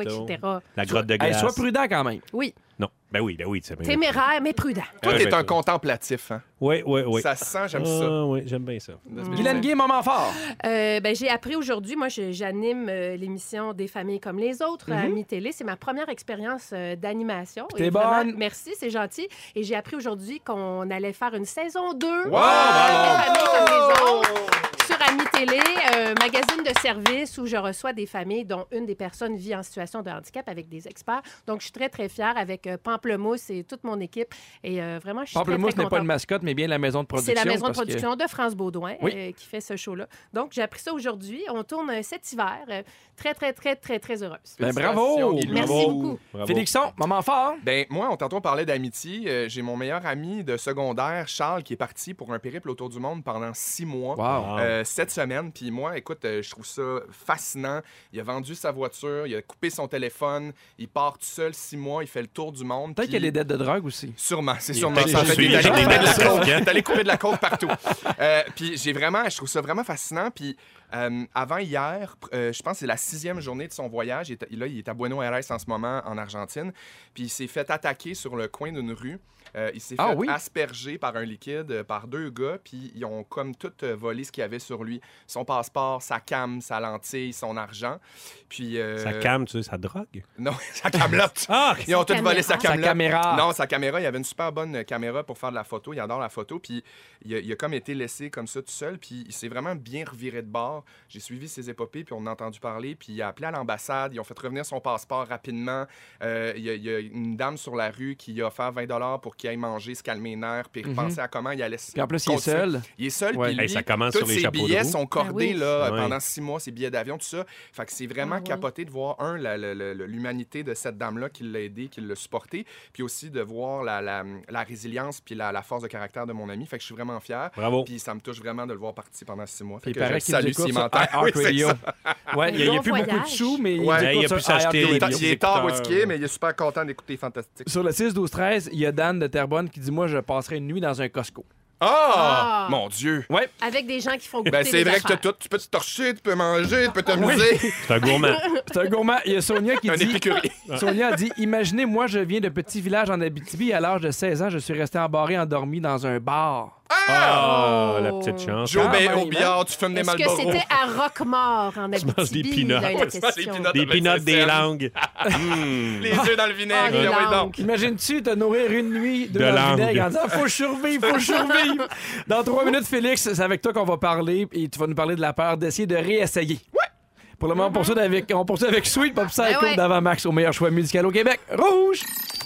etc. La grotte de glace. Sois prudent quand même. Oui, Non. Ben oui. C'est téméraire, mais prudent. Toi, Ouais, t'es ben, un contemplatif, hein? Oui. Ça se sent, j'aime ça. Oui, j'aime bien ça. Guylaine Gay, moment fort. J'ai appris aujourd'hui, moi, j'anime l'émission Des familles comme les autres à Mi-Télé. C'est ma première expérience d'animation. T'es Et vraiment, bonne. merci, c'est gentil. Et j'ai appris aujourd'hui qu'on allait faire une saison 2 Wow! Des familles comme les autres sur Ami-Télé, un magazine de service où je reçois des familles dont une des personnes vit en situation de handicap avec des experts. Donc, je suis très, très fière avec Pamplemousse et toute mon équipe. Et vraiment, je suis très, Pamplemousse très n'est pas une contente. mascotte, mais bien la maison de production. C'est la maison de parce que- production de France Baudouin Oui. qui fait ce show-là. Donc, j'ai appris ça aujourd'hui. On tourne cet hiver. Très, très, très, très, très heureuse. Ben, bravo! Félicitations, Guy. Merci Bravo. beaucoup. Bravo. Félixon, moment fort. Ben, moi, tantôt, on parlait d'amitié. J'ai mon meilleur ami de secondaire, Charles, qui est parti pour un périple autour du monde pendant 6 mois. Wow. Cette semaine. Puis moi, écoute, je trouve ça fascinant. Il a vendu sa voiture, il a coupé son téléphone, il part tout seul 6 mois, il fait le tour du monde. Peut-être puis- qu'il y a des dettes de drogue aussi. Sûrement, c'est Il est sûrement peut-être ça. En fait, suivi il est allé par des couper de la trafiquants. coke. Il est allé couper de la coke partout. Puis je trouve ça vraiment fascinant. Puis avant hier, je pense que c'est la 6e journée de son voyage. Il est à Buenos Aires en ce moment, en Argentine. Puis il s'est fait attaquer sur le coin d'une rue. Il s'est fait asperger par un liquide par 2 gars, puis ils ont comme tout volé ce qu'il y avait sur lui. Son passeport, sa cam, sa lentille, son argent. Puis... Ça calme, tu sais, ça drogue. Non, sa camelote. Ah! Ils ont tout caméra. volé sa Sa camelote. caméra. Non, sa caméra, il avait une super bonne caméra pour faire de la photo. Il adore la photo. Puis il a comme été laissé comme ça tout seul. Puis il s'est vraiment bien reviré de bord. J'ai suivi ses épopées, puis on en a entendu parler. Puis il a appelé à l'ambassade. Ils ont fait revenir son passeport rapidement. Il y a une dame sur la rue qui a offert 20 $ pour qu'il aille manger, se calmer les nerfs, puis repenser à comment il allait se Puis en plus, il est continuer. seul. Il est seul, Ouais. puis lui, Hey, ça commence tous sur les ses chapeaux de billets roue. sont cordés Ah oui. là, Ouais. pendant 6 mois, ses billets d'avion, tout ça. Fait que c'est vraiment Ah oui. capoté de voir, l'humanité de cette dame-là qui l'a aidé, qui l'a supporté, puis aussi de voir la résilience puis la force de caractère de mon ami. Fait que je suis vraiment fier. Bravo. Puis ça me touche vraiment de le voir partir pendant 6 mois. Fait Il que paraît je qu'il salue nous écoute s'il sur m'entend. iHeart Oui, c'est Radio. ça. Ouais, il n'y a Bon plus beaucoup de voyage. sous, mais Ouais. il Il a écoute pu sur iHeart s'acheter Radio. des Il est tard où écouteurs. ce qui est, mais il est super content d'écouter Fantastique. Sur le 6-12-13, il y a Dan de Terrebonne qui dit « Moi, je passerai une nuit dans un Costco. Ah! Ah! Mon Dieu! Avec des gens qui font goûter Ben, c'est les vrai que t'as affaires. tout. Tu peux te torcher, tu peux manger, tu peux t'amuser. C'est un gourmand. » C'est un gourmand. Il y a Sonia qui Un dit... épicurier. Sonia a dit « Imaginez, moi, je viens de petit village en Abitibi. À l'âge de 16 ans, je suis resté embarré, endormi dans un bar. Ah, la petite chance. Joe Ah, ben, ben, au billard, tu fumes des Est-ce que Malboro. c'était à Roquemort, en manges des Abitibi? peanuts. Là, est la Ouais, c'est pas des question. peanuts. Des pinottes, des langues. Les œufs dans le vinaigre. Ah, les ah ouais, langues. donc. Imagines-tu te nourrir une nuit de De langue langue. vinaigre en disant « Faut que je survive, faut que je survive. » Dans 3 minutes, Félix, c'est avec toi qu'on va parler et tu vas nous parler de la peur d'essayer de réessayer. Ouais! Pour le moment, on poursuit avec Sweet Pop Psycho Ben ouais. d'Avant Max au meilleur choix musical au Québec. Rouge!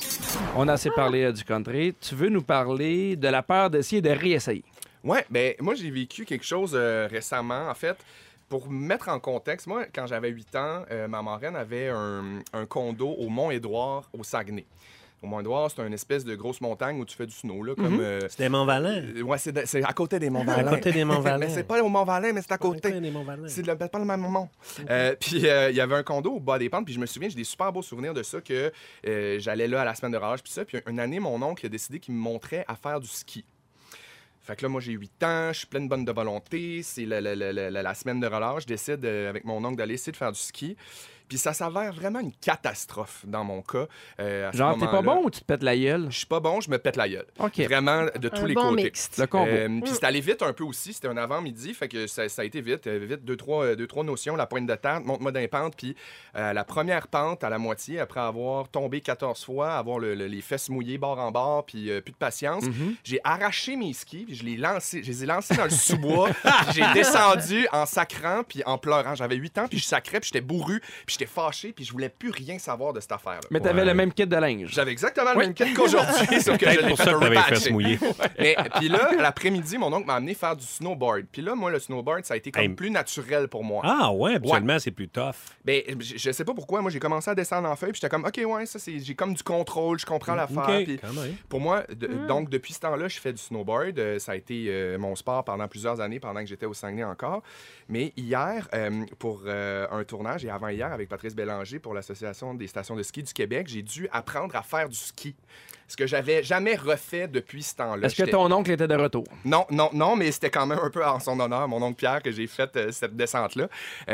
On a assez parlé du country. Tu veux nous parler de la peur d'essayer de réessayer? Ouais, ben moi j'ai vécu quelque chose récemment. En fait, pour mettre en contexte, moi quand j'avais 8 ans, ma marraine avait un condo au Mont-Édouard, au Saguenay. Au Mont-Édouard, c'est une espèce de grosse montagne où tu fais du snow, là, comme... C'était Mont-Valin. ouais, c'est à côté des Monts-Valin. À côté des Monts-Valin. Mais c'est pas au Mont-Valin, mais c'est à côté. des Mont-Valin. C'est pas le même moment. Puis il y avait un condo au bas des pentes, puis je me souviens, j'ai des super beaux souvenirs de ça, que j'allais là à la semaine de relâche, puis ça. Puis une année, mon oncle a décidé qu'il me montrait à faire du ski. Fait que là, moi, j'ai 8 ans, je suis pleine bonne de volonté, c'est la semaine de relâche, je décide avec mon oncle d'aller essayer de faire du ski. Puis ça s'avère vraiment une catastrophe dans mon cas. À ce Genre, t'es pas moment-là. bon ou tu te pètes la gueule? Je suis pas bon, je me pète la gueule. OK. Vraiment, de tous Un les bon côtés. mixte. Le combo. Puis c'est allé vite un peu aussi. C'était un avant-midi, fait que ça a été vite. Deux, trois notions. La pointe de terre, monte-moi d'un pente. Puis la première pente, à la moitié, après avoir tombé 14 fois, avoir les fesses mouillées bord en bord, puis plus de patience, j'ai arraché mes skis, puis je les ai lancés dans le sous-bois. Puis j'ai descendu en sacrant, puis en pleurant. J'avais 8 ans, puis je sacrais, puis j'étais bourru, puis j'étais fâché, puis je voulais plus rien savoir de cette affaire-là. Mais t'avais Ouais. le même kit de linge. J'avais exactement le même kit qu'aujourd'hui, sauf que je Peut-être l'ai pour fait ça que t'avais les repatcher. fesses mouillées. Mais puis là, l'après-midi, mon oncle m'a amené faire du snowboard. Puis là, moi, le snowboard, ça a été comme Hey. plus naturel pour moi. Ah ouais, habituellement, c'est plus tough. Ben, je sais pas pourquoi. Moi, j'ai commencé à descendre en feuille, puis j'étais comme, OK, ouais, ça, j'ai comme du contrôle, je comprends l'affaire. OK, Puis quand même. pour moi, donc, depuis ce temps-là, je fais du snowboard. Ça a été mon sport pendant plusieurs années, pendant que j'étais au Saguenay encore. Mais hier, pour un tournage, et avant-hier, avec Patrice Bélanger pour l'Association des stations de ski du Québec, j'ai dû apprendre à faire du ski. Ce que j'avais jamais refait depuis ce temps-là. Est-ce que ton oncle était de retour? Non, mais c'était quand même un peu en son honneur, mon oncle Pierre, que j'ai fait cette descente-là.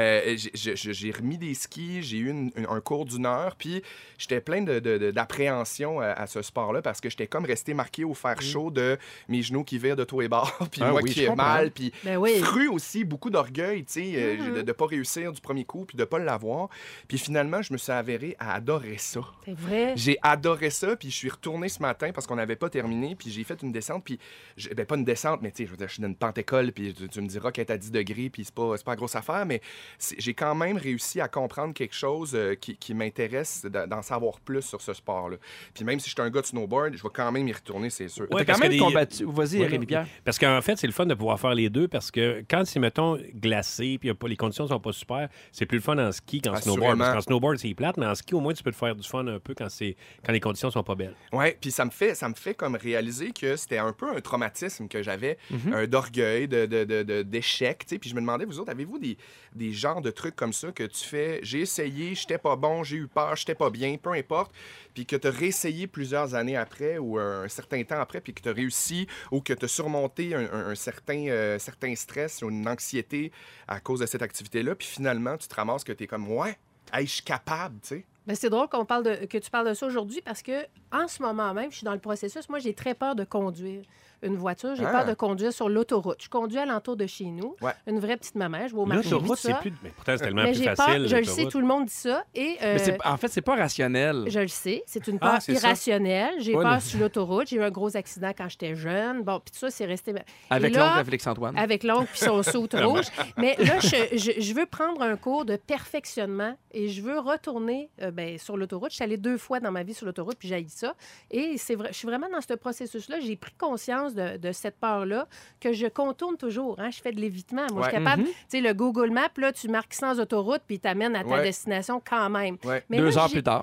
J'ai remis des skis, j'ai eu un cours d'1 heure, puis j'étais plein d'appréhension à ce sport-là parce que j'étais comme resté marqué au fer chaud de mes genoux qui virent de tous les bords, puis moi qui ai mal, puis fru aussi, beaucoup d'orgueil, tu sais, de ne pas réussir du premier coup, puis de ne pas l'avoir. Puis finalement, je me suis avéré à adorer ça. C'est vrai? J'ai adoré ça, puis je suis retourné ce matin parce qu'on n'avait pas terminé, puis j'ai fait une descente, puis pas une descente, mais tu sais, je veux dire, je suis dans une pente-école, puis tu me diras qu'elle est à 10 degrés, puis c'est pas la grosse affaire, mais j'ai quand même réussi à comprendre quelque chose qui m'intéresse d'en savoir plus sur ce sport-là. Puis même si je suis un gars de snowboard, je vais quand même y retourner, c'est sûr. Ouais, t'as quand même combattu. Vas-y, Rémi-Pierre. Parce qu'en fait, c'est le fun de pouvoir faire les deux, parce que quand c'est, mettons, glacé, puis les conditions sont pas super, c'est plus le fun en ski qu'en snowboard. Parce qu'en snowboard, c'est plate, mais en ski, au moins, tu peux te faire du fun un peu quand les conditions sont pas belles. Oui, puis ça me fait comme réaliser que c'était un peu un traumatisme que j'avais, d'orgueil, d'échec, tu sais. Puis je me demandais, vous autres, avez-vous des genres de trucs comme ça que tu fais, j'ai essayé, j'étais pas bon, j'ai eu peur, j'étais pas bien, peu importe, puis que tu as réessayé plusieurs années après ou un certain temps après, puis que tu as réussi ou que tu as surmonté un certain stress ou une anxiété à cause de cette activité-là, puis finalement, tu te ramasses que tu es comme, ouais, hey, je suis capable, tu sais. Ben, c'est drôle que tu parles de ça aujourd'hui parce que en ce moment même, je suis dans le processus. Moi, j'ai très peur de conduire une voiture. J'ai peur de conduire sur l'autoroute. Je conduis alentour de chez nous. Ouais. Une vraie petite maman. Je vais au marché. L'autoroute, c'est plus... Mais pourtant, c'est tellement mais plus j'ai facile. Peur, je le sais, tout le monde dit ça. Et, mais en fait, c'est pas rationnel. Je le sais. C'est une peur irrationnelle. J'ai peur sur l'autoroute. J'ai eu un gros accident quand j'étais jeune. Bon, puis tout ça, c'est resté... Avec l'oncle Félix-Antoine. Avec l'oncle puis son saut rouge. Mais là, je veux prendre un cours de perfectionnement et je veux retourner sur l'autoroute. Je suis allée 2 fois dans ma vie sur l'autoroute puis j'ai haï ça. Et c'est vrai, je suis vraiment dans ce processus-là. J'ai pris conscience de cette peur-là que je contourne toujours. Hein? Je fais de l'évitement. Moi, je suis capable... Tu sais, le Google Maps, là, tu marques sans autoroute puis il t'amène à ta destination quand même. Ouais. Mais 2 heures plus tard.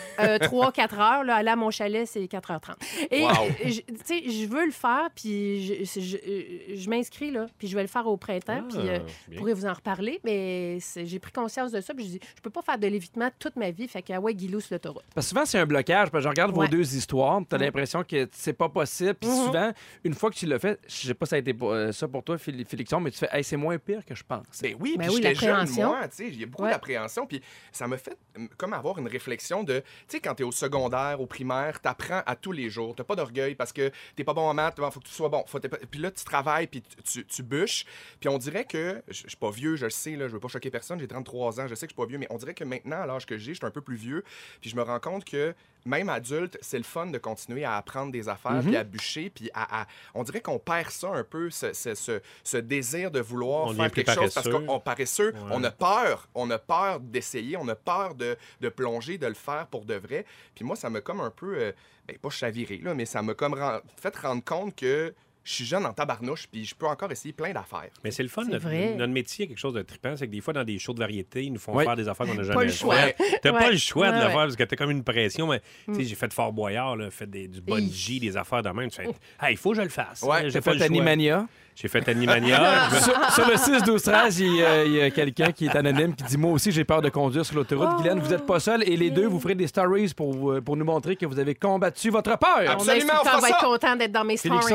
3-4 heures. Là, aller à mon chalet, c'est 4h30. Et tu sais, je veux le faire puis je m'inscris, là, puis je vais le faire au printemps. Puis je pourrais vous en reparler, mais j'ai pris conscience de ça puis je dis, je peux pas faire de l'évitement toute ma vie. Fait que, Guilou sur l'autoroute. Parce que souvent, c'est un blocage. Parce que je regarde vos 2 histoires, tu as l'impression que c'est pas possible. Puis souvent, une fois que tu l'as fait, je sais pas si ça a été ça pour toi, Félixon, mais tu fais, hey, c'est moins pire que je pense. Ben oui, puis j'étais jeune, moi, tu sais, il y a beaucoup d'appréhension, puis ça me fait comme avoir une réflexion de, tu sais, quand t'es au secondaire, au primaire, t'apprends à tous les jours, t'as pas d'orgueil parce que t'es pas bon en maths, faut que tu sois bon. Puis là, tu travailles, puis tu bûches, puis on dirait que, je suis pas vieux, je le sais, là, je veux pas choquer personne, j'ai 33 ans, je sais que je suis pas vieux, mais on dirait que maintenant, à l'âge que j'ai, je suis un peu plus vieux, puis je me rends compte que même adulte, c'est le fun de continuer à apprendre des affaires, puis à bûcher, puis on dirait qu'on perd ça un peu, ce désir de vouloir faire quelque chose, parce qu'on est paresseux, on a peur d'essayer, on a peur de plonger, de le faire pour de vrai. Puis moi, ça m'a comme un peu, pas chaviré, là, mais ça m'a comme fait rendre compte que je suis jeune en tabarnouche, puis je peux encore essayer plein d'affaires. Mais c'est le fun. Notre métier, quelque chose de trippant, c'est que des fois, dans des shows de variété, ils nous font faire des affaires qu'on n'a jamais faites. T'as pas le choix de le faire parce que t'as comme une pression. Mais tu sais, j'ai fait Fort Boyard, fait du bungee, des affaires de même. Tu fais, il faut que je le fasse. Ouais, j'ai fait Animania. J'ai fait Animania. Sur le 6-12-13, il y a quelqu'un qui est anonyme qui dit « Moi aussi, j'ai peur de conduire sur l'autoroute. » Guylaine, vous n'êtes pas seul et les deux, vous ferez des stories pour nous montrer que vous avez combattu votre peur. Absolument, on va être content d'être dans mes stories.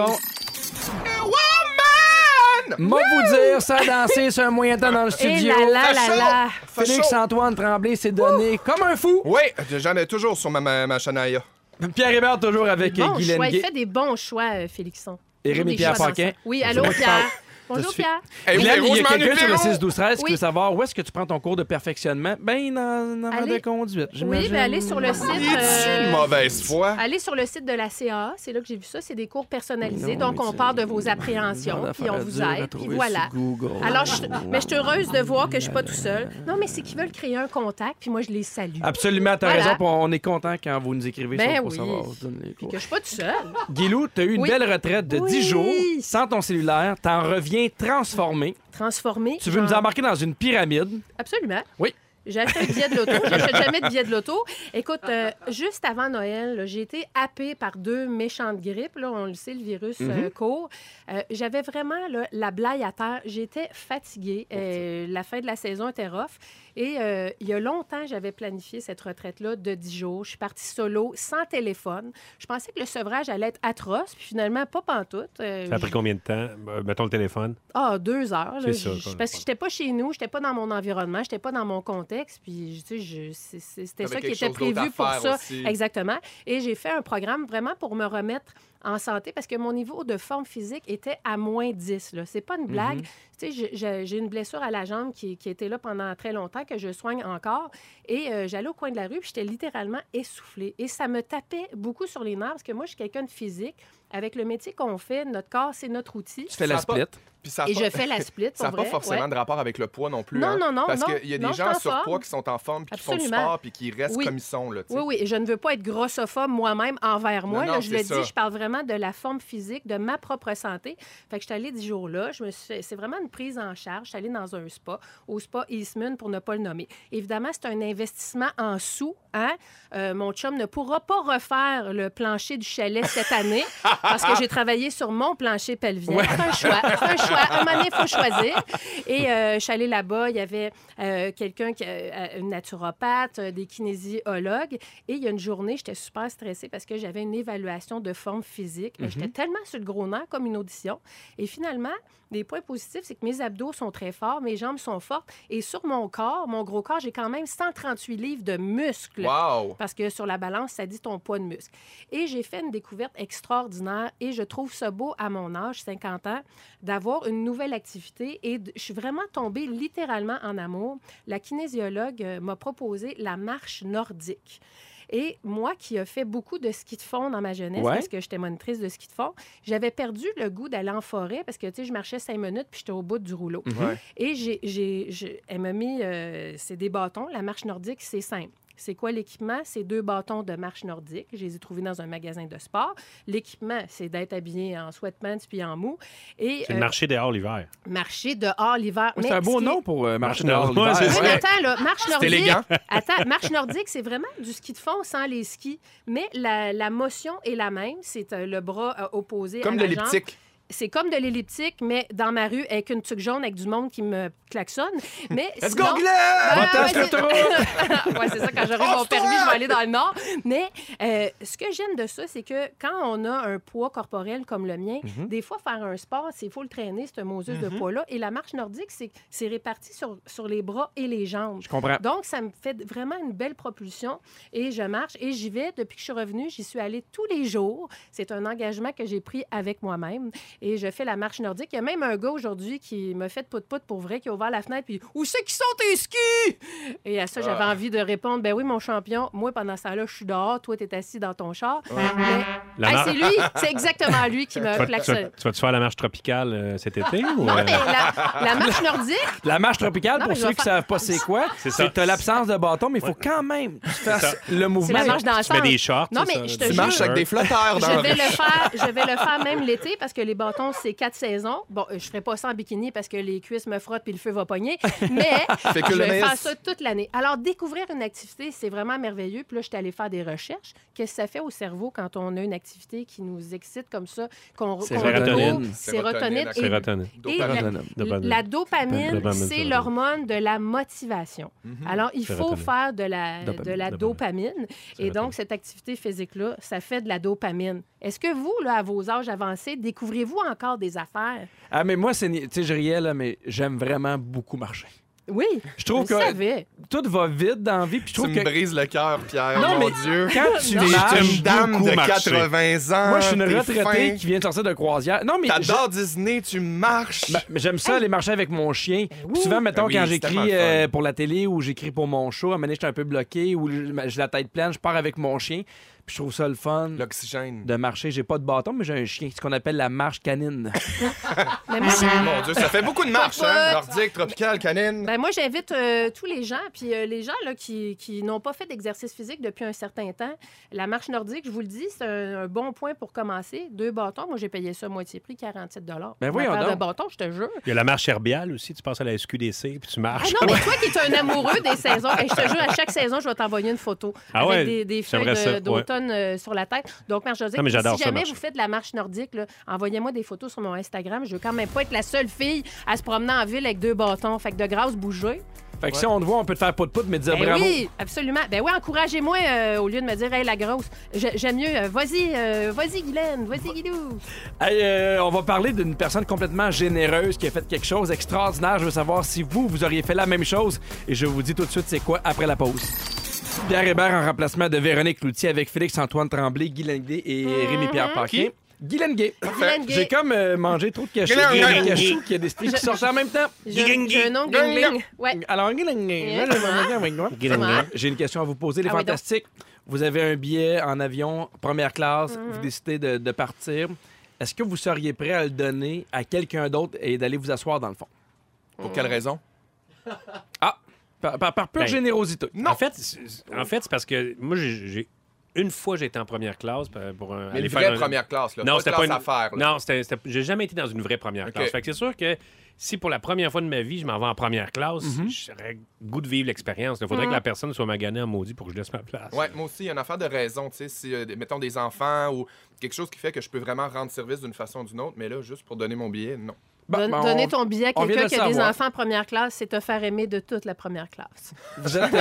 Moi, vous dire, ça a dansé sur un moyen temps dans le studio. Félix-Antoine Tremblay s'est donné comme un fou. Oui, j'en ai toujours sur ma Shania. Pierre Hébert, toujours avec Guylaine Gay. Il fait des bons choix, Félixon. Et Rémi-Pierre Paquin. Oui, allô, Pierre. Bonjour, Pierre. Il y a quelqu'un sur le 6-12-13 qui veut savoir où est-ce que tu prends ton cours de perfectionnement. Ben, dans la conduite. Oui, mais allez sur le site... une mauvaise foi? Allez sur le site de la CA. C'est là que j'ai vu ça. C'est des cours personnalisés. Donc, on part de vos appréhensions, puis on vous aide, puis voilà. Alors, mais je suis heureuse de voir que je suis pas tout seul. Non, mais c'est qu'ils veulent créer un contact, puis moi, je les salue. Absolument, t'as raison. On est content quand vous nous écrivez ça pour savoir. Puis que je suis pas tout seul. Guilou, t'as eu une belle retraite de 10 jours sans ton cellulaire. T'en reviens transformé. Transformé. Tu veux nous embarquer dans une pyramide. Absolument. Oui. J'ai acheté un billet de loto. J'achète jamais de billet de loto. Écoute, juste avant Noël, là, j'ai été happée par 2 méchantes grippes. Là, on le sait, le virus court. J'avais vraiment là, la blaye à terre. J'étais fatiguée. La fin de la saison était rough. Et il y a longtemps, j'avais planifié cette retraite-là de 10 jours. Je suis partie solo, sans téléphone. Je pensais que le sevrage allait être atroce, puis finalement, pas pantoute. Ça a pris combien de temps? Mettons le téléphone. 2 heures. Là, C'est ça. parce que j'étais pas chez nous, j'étais pas dans mon environnement, j'étais pas dans mon contexte, puis c'était ça qui était prévu pour ça. Aussi. Exactement. Et j'ai fait un programme vraiment pour me remettre en santé parce que mon niveau de forme physique était à moins 10. Là. C'est pas une blague. Tu sais, j'ai une blessure à la jambe qui était là pendant très longtemps, que je soigne encore. Et j'allais au coin de la rue, puis j'étais littéralement essoufflée. Et ça me tapait beaucoup sur les nerfs parce que moi, je suis quelqu'un de physique. Avec le métier qu'on fait, notre corps, c'est notre outil. Tu fais la split. Et je fais la split, Ça n'a pas forcément de rapport avec le poids non plus. Non, non, non. Parce non, qu'il y a des gens en surpoids qui sont en forme, puis qui font du sport, puis qui restent comme ils sont. Là, oui, et je ne veux pas être grossophobe moi-même envers moi. Non, là, je le ça. dis, je parle vraiment de la forme physique, de ma propre santé. Fait que je suis allée 10 jours là. C'est vraiment une prise en charge. Je suis allée dans un spa, au spa Eastman, pour ne pas le nommer. Évidemment, c'est un investissement en sous. Hein? Mon chum ne pourra pas refaire le plancher du chalet cette année parce que j'ai travaillé sur mon plancher pelvien. Ouais. C'est un choix. À un moment donné, il faut choisir. Et je suis allée là-bas. Il y avait quelqu'un, une naturopathe, des kinésiologues. Et il y a une journée, j'étais super stressée parce que j'avais une évaluation de forme physique. J'étais tellement sur le gros nerf comme une audition. Et finalement, des points positifs, c'est que mes abdos sont très forts, mes jambes sont fortes. Et sur mon corps, mon gros corps, j'ai quand même 138 livres de muscles. Wow! Parce que sur la balance, ça dit ton poids de muscle. Et j'ai fait une découverte extraordinaire et je trouve ça beau à mon âge, 50 ans, d'avoir une nouvelle activité. Et je suis vraiment tombée littéralement en amour. La kinésiologue m'a proposé la marche nordique. Et moi, qui ai fait beaucoup de ski de fond dans ma jeunesse, parce que j'étais monitrice de ski de fond, j'avais perdu le goût d'aller en forêt parce que, tu sais, je marchais 5 minutes puis j'étais au bout du rouleau. Et elle m'a mis, c'est des bâtons. La marche nordique, c'est simple. C'est quoi l'équipement? C'est 2 bâtons de marche nordique. Je les ai trouvés dans un magasin de sport. L'équipement, c'est d'être habillé en sweatpants puis en mou. Et, c'est marcher dehors l'hiver. Marcher dehors l'hiver. C'est un beau nom pour marcher dehors l'hiver. l'hiver. Oui, mais attends, là, marche nordique. élégant. Attends, marche nordique, c'est vraiment du ski de fond sans les skis. Mais la motion est la même. C'est le bras opposé Comme à la de jambe. l'elliptique. C'est comme de l'elliptique, mais dans ma rue, avec une tuque jaune, avec du monde qui me klaxonne. Mais Let's sinon... go, Glenn! Oui, c'est ça. Quand j'aurai mon permis, je vais aller dans le Nord. Mais ce que j'aime de ça, c'est que quand on a un poids corporel comme le mien, des fois, faire un sport, il faut le traîner, ce Moses de poids-là. Et la marche nordique, c'est réparti sur les bras et les jambes. Je comprends. Donc, ça me fait vraiment une belle propulsion. Et je marche et j'y vais. Depuis que je suis revenue, j'y suis allée tous les jours. C'est un engagement que j'ai pris avec moi-même. Et je fais la marche nordique. Il y a même un gars aujourd'hui qui m'a fait pout-pout pour vrai, qui a ouvert la fenêtre, puis « Où c'est qu'ils sont tes skis? » Et à ça, j'avais envie de répondre « Ben oui, mon champion, moi, pendant ce temps-là, je suis dehors, toi, t'es assis dans ton char. Mais c'est lui, c'est exactement lui qui m'a klaxonné. Tu vas-tu faire la marche tropicale cet été? Ou, Non, mais la marche nordique... La marche tropicale, Non, pour mais je ceux vais qui ne savent pas c'est quoi, C'est c'est ça. que tu as l'absence de bâton, mais il faut quand même que tu fasses le C'est mouvement. la marche dansante. Tu mets des shorts. Non, c'est mais ça, je te des Tu marches jure, avec des flotteurs dans Je vais le faire même l'été parce que les bâtons, c'est 4 saisons. Bon, je ferai pas ça en bikini parce que les cuisses me frottent puis le feu va pogner, mais Fais que je le vais nez. faire ça toute l'année. Alors, découvrir une activité, c'est vraiment merveilleux. Puis là, je suis allée faire des recherches. Qu'est-ce que ça fait au cerveau quand on a une activité qui nous excite comme ça, qu'on Sérotonine. retrouve? Sérotonine. Sérotonine, Sérotonine. Et Dopamine. la dopamine, Dopamine, c'est sérotonine. l'hormone de la motivation. Alors, il faut Sérotonine. faire de la dopamine. Et Sérotonine. donc, cette activité physique-là, ça fait de la dopamine. Est-ce que vous, là, à vos âges avancés, découvrez-vous encore des affaires? Ah, mais moi, tu sais, je riais, là, mais j'aime vraiment beaucoup marcher. Oui, Je trouve je que savais. tout va vite dans la vie, puis je Tu trouve me que brises le cœur, Pierre, Non, mon mais Dieu. quand tu Non. T'es marches... une dame beaucoup de marché. 80 ans. Moi, je suis une t'es retraitée fin. qui vient de sortir de croisière. Non, mais T'adores Disney, tu marches. mais j'aime ça aller marcher avec mon chien. Puis souvent, mettons, Ben oui, quand c'est tellement j'écris le fun. pour la télé ou j'écris pour mon show, à un moment donné, j'étais un peu bloqué ou j'ai la tête pleine, je pars avec mon chien. Puis Puis je trouve ça le fun L'oxygène. de marcher. J'ai pas de bâton, mais j'ai un chien, ce qu'on appelle la marche canine. Mais moi, Mon Dieu, ça fait beaucoup de marches, hein? Nordique, tropical, canine. ben, moi, j'invite tous les gens, puis les gens là, qui n'ont pas fait d'exercice physique depuis un certain temps, la marche nordique, je vous le dis, c'est un bon point pour commencer. 2 bâtons, moi, j'ai payé ça à moitié prix, 47 $. Ben voyons Une paire donc. de bâtons, je te jure. Il y a la marche herbiale aussi. Tu passes à la SQDC puis tu Ah marches. non, mais toi qui es un amoureux des saisons, hey, je te jure, à chaque saison, je vais t'envoyer une photo Ah ouais, avec des j'aimerais ça, feuilles d'automne sur la tête. Donc, marche nordique. Non, mais j'adore Si ça, jamais marcher. vous faites de la marche nordique, là, envoyez-moi des photos sur mon Instagram. Je veux quand même pas être la seule fille à se promener en ville avec 2 bâtons. Fait que de grâce, bougez. Fait que si on te voit, on peut te faire pout-pout, mais te dire Ben bravo. oui, absolument. Ben oui, encouragez-moi au lieu de me dire, hey, la grosse. J'aime mieux, vas-y, Guylaine, vas-y, Guilou. Hey, on va parler d'une personne complètement généreuse qui a fait quelque chose d'extraordinaire. Je veux savoir si vous auriez fait la même chose. Et je vous dis tout de suite c'est quoi après la pause. Pierre Hébert en remplacement de Véronique Cloutier avec Félix-Antoine Tremblay, Guy Lenguet et Rémi-Pierre Paquin. Qui? Guy Lenguet. Guylaine Gay. J'ai comme mangé trop de cachous. Guy Lenguet. Guy Cachou qui a décidé qu'ils sortent en même temps. J'ai un nom de Gling. Ouais. Alors, Guy Lenguet. J'ai une question à vous poser, les Ah oui, donc. fantastiques. Vous avez un billet en avion, première classe, vous décidez de partir. Est-ce que vous seriez prêt à le donner à quelqu'un d'autre et d'aller vous asseoir dans le fond? Pour quelle raison? Ah, par pure Ben, générosité. En fait, c'est parce que moi, une fois, j'ai été en première classe pour un. Mais aller une faire vraie un- première classe, là. Non, pas c'était classe pas une affaires, là. Non, j'ai jamais été dans une vraie première OK. classe. Fait que c'est sûr que si pour la première fois de ma vie, je m'en vais en première classe, j'aurais goût de vivre l'expérience. Il faudrait que la personne soit maganée en maudit pour que je laisse ma place. Ouais, moi aussi, il y a une affaire de raison. Tu sais, si, mettons, des enfants ou quelque chose qui fait que je peux vraiment rendre service d'une façon ou d'une autre, mais là, juste pour donner mon billet, non. Bon, ben, Donner ton billet à on vient quelqu'un de qui a des savoir. enfants en première classe, c'est te faire aimer de toute la première classe. Vous êtes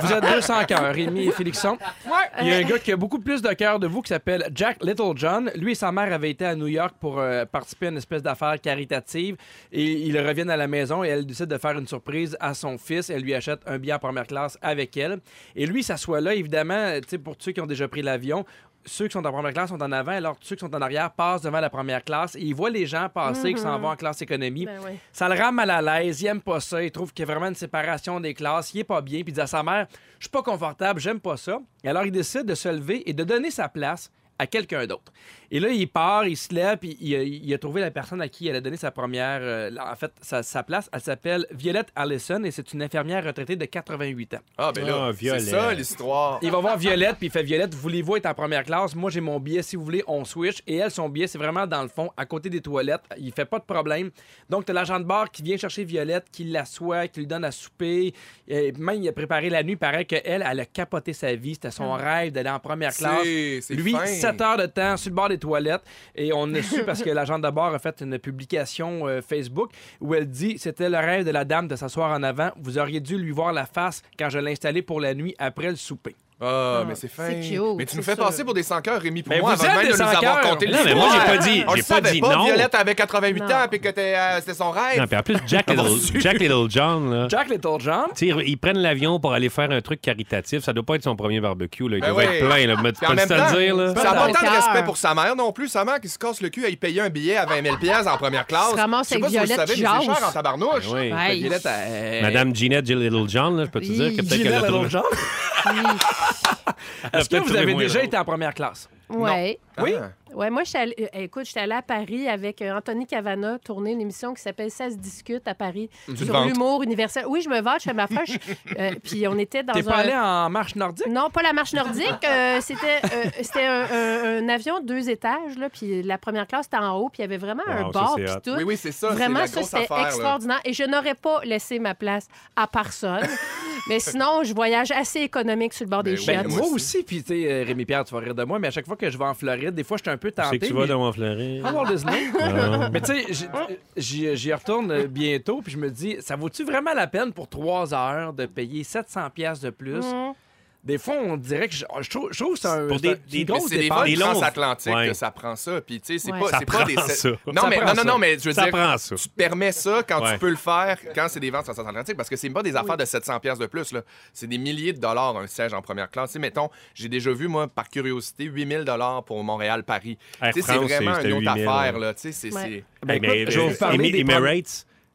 200 cœurs, Rémi et Félixon. Il y a un gars qui a beaucoup plus de cœur de vous qui s'appelle Jack Littlejohn. Lui et sa mère avaient été à New York pour participer à une espèce d'affaire caritative et ils reviennent à la maison et elle décide de faire une surprise à son fils. Elle lui achète un billet en première classe avec elle. Et lui, il s'assoit là, évidemment, tu sais, pour ceux qui ont déjà pris l'avion. Ceux qui sont en première classe sont en avant, alors ceux qui sont en arrière passent devant la première classe et ils voient les gens passer qui s'en vont en classe économie. Ben oui. Ça le rend mal à l'aise, il aime pas ça, il trouve qu'il y a vraiment une séparation des classes, il est pas bien, puis il dit à sa mère « Je suis pas confortable, j'aime pas ça ». Et alors il décide de se lever et de donner sa place à quelqu'un d'autre. Et là, il part, il se lève, puis il a trouvé la personne à qui elle a donné sa première... en fait, sa place. Elle s'appelle Violette Allison et c'est une infirmière retraitée de 88 ans. Ah, ben là, Ah, c'est Violette. ça, l'histoire. Il va voir Violette, puis il fait Violette, voulez-vous être en première classe? Moi, j'ai mon billet, si vous voulez, on switch. Et elle, son billet, c'est vraiment dans le fond, à côté des toilettes. Il fait pas de problème. Donc, t'as l'agent de bar qui vient chercher Violette, qui l'assoit, qui lui donne à souper. Et même, il a préparé la nuit. Pareil qu'elle, elle a capoté sa vie. C'était son rêve d'aller en première classe. C'est Lui, fin. 7 heures de temps sur le bord des toilettes. Et on a su parce que l'agent de bord a fait une publication Facebook où elle dit c'était le rêve de la dame de s'asseoir en avant. Vous auriez dû lui voir la face quand je l'ai installé pour la nuit après le souper. Ah, mais c'est fin. c'est cute, Mais tu nous c'est fais sûr. passer pour des sans-cœurs, Rémi, pour Mais moi, vous avant êtes même des de nous avoir sans-cœurs. conté Non, mais moi, j'ai pas dit- On j'ai le pas savait dit pas, non. Violette avait 88 Non. ans, puis que c'était son rêve. Non, puis en plus, Jack Littlejohn, là. Jack Littlejohn. Tu sais, ils prennent l'avion pour aller faire un truc caritatif. Ça doit pas être son premier barbecue. Là. Il Ben doit oui. être plein. Là. Mais tu Puis en peux même te temps, le dire. Là. ça n'a pas Dans tant de le respect cœur. pour sa mère non plus. Sa mère qui se casse le cul à y payer un billet à 20 000 $ en première classe. Se ramasse Je sais pas avec si vous le Violette savez, qui mais c'est jase. cher en tabarnouche. Oui. Hey. Violette, Madame Ginette Littlejohn, là, je peux te dire que peut-être qu'elle Ginette a trouvé- Littlejohn. elle a Est-ce que peut-être vous trouvé avez moins déjà drôle. été en première classe? Oui. Oui? Ah. Ouais, moi, j'étais allée à Paris avec Anthony Cavana tourner une émission qui s'appelle Ça se discute à Paris te sur vantes. l'humour universel. Oui, je me vante, je fais ma fâche. Puis on était dans T'es pas allé un... en marche nordique? Non, pas la marche nordique. C'était un avion 2 étages, là, puis la première classe était en haut, puis il y avait vraiment un Wow, ça, bar, c'est puis hot. tout. Oui, oui, c'est ça. C'est Vraiment, la ça, grosse c'était affaire, là. extraordinaire. Et je n'aurais pas laissé ma place à personne. Mais sinon, je voyage assez économique sur le bord des Ben oui, chiottes. Ben, moi aussi, puis tu sais, Rémi-Pierre, tu vas rire de moi, mais à chaque fois que je vais en Floride, des fois, je suis un peu Tu tenté. sais que tu vas mais- dans mon Floride. À Walt Disney. Ah. Mais tu sais, j'y retourne bientôt, puis je me dis, ça vaut-tu vraiment la peine pour 3 heures de payer 700$ piastres de plus? Des fois, on dirait que je trouve que c'est un, Pour c'est des- une des- grosse C'est des dépense. vols Des longs- transatlantiques Ouais. que ça prend ça. Puis, tu sais, c'est Ouais. pas, Ça c'est pas des. prend ça. Non, Ça mais, prend non, ça. mais je veux Ça dire, prend ça. tu te permets ça quand Ouais. tu peux le faire quand c'est des ventes transatlantiques parce que c'est pas des affaires de 700$ piastres de plus. Là. C'est des milliers de dollars un siège en première classe. Tu sais, mettons, j'ai déjà vu, moi, par curiosité, 8 000 $ pour Montréal-Paris. Air Tu sais, c'est France, vraiment c'était une autre 8 000, affaire. ouais. Là. Tu sais, Ouais. Ben, Mais écoute, je vais vous parler des Emirates,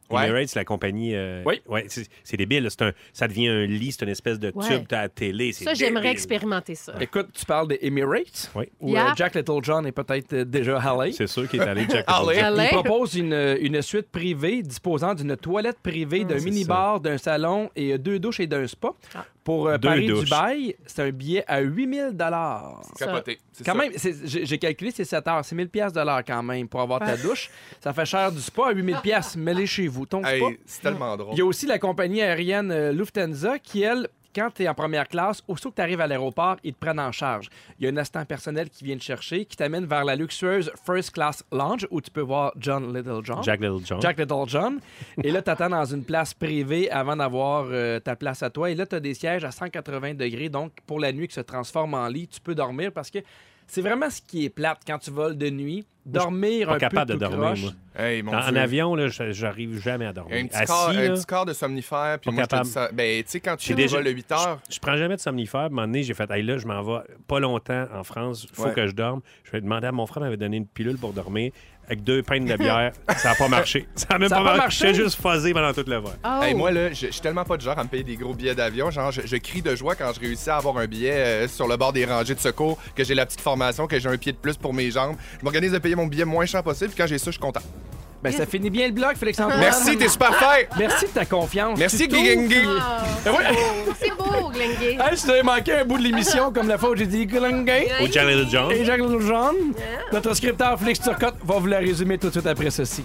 Ouais. Emirates, c'est la compagnie... Oui. Ouais, c'est débile. Là. Ça devient un lit, c'est une espèce de Ouais. tube à la télé. Ça, j'aimerais expérimenter ça. Écoute, tu parles des Emirates, Oui. où Yeah. Jack Littlejohn est peut-être déjà allé. C'est sûr qu'il est allé Jack Allez. Nicholson. Allez. Il propose une suite privée disposant d'une toilette privée, d'un c'est minibar, d'un salon et 2 douches et d'un spa. Ah. Pour 2 douches. Paris-Dubaï, c'est un billet à 8 000 Capoté. C'est Quand ça. même, j'ai calculé, c'est 7 heures. C'est 1 000 $ quand même pour avoir ta douche. Ça fait cher du spa à 8 000 $. Mets-les chez vous, ton Hey, spa. c'est tellement drôle. Il y a aussi la compagnie aérienne Lufthansa qui, elle, quand tu es en première classe, aussitôt que tu arrives à l'aéroport, ils te prennent en charge. Il y a un assistant personnel qui vient te chercher, qui t'amène vers la luxueuse First Class Lounge où tu peux voir John Littlejohn. Jack Littlejohn. Jack Littlejohn. Et là, tu attends dans une place privée avant d'avoir ta place à toi. Et là, tu as des sièges à 180 degrés. Donc, pour la nuit qui se transforme en lit, tu peux dormir parce que c'est vraiment ce qui est plate quand tu voles de nuit. Dormir Pas un capable peu de tout dormir, croche. moi. Hey, mon En Dieu. avion, là, j'arrive jamais à Un dormir. petit, quart, Assis, un là, petit quart de somnifère, puis Pas moi, je te dis capable. ça. Ben, tu sais, quand tu J'ai déjà- voles le 8 heures, je prends jamais de somnifère. À un moment donné, j'ai fait, hey, là, je m'en vais pas longtemps en France. Il faut Ouais. que je dorme. Je vais demander à mon frère, m'avait donné une pilule pour dormir avec 2 pintes de bière. Ça n'a pas marché. Ça n'a même Ça a pas pas marché. marché? J'ai juste fuzzé pendant tout le vol. Oh. hey, moi, là, je suis tellement pas du genre à me payer des gros billets d'avion. Genre, je crie de joie quand je réussis à avoir un billet sur le bord des rangées de secours, que j'ai la petite formation, que j'ai un pied de plus pour mes jambes. Je m'organise de payer mon billet moins cher possible, puis quand j'ai ça, je suis content. Ben, ça finit bien le bloc, Félix-Antoine. Merci, t'es super fin! Merci de ta confiance. Merci, Tu t'ouvres, Guigui. Ah, c'est beau, Glengué. Hey, si tu avais manqué un bout de l'émission, comme la fois où j'ai dit Glungay Au Jack Littlejohn. et Jack Littlejohn, notre scripteur Félix Turcotte va vous la résumer tout de suite après ceci.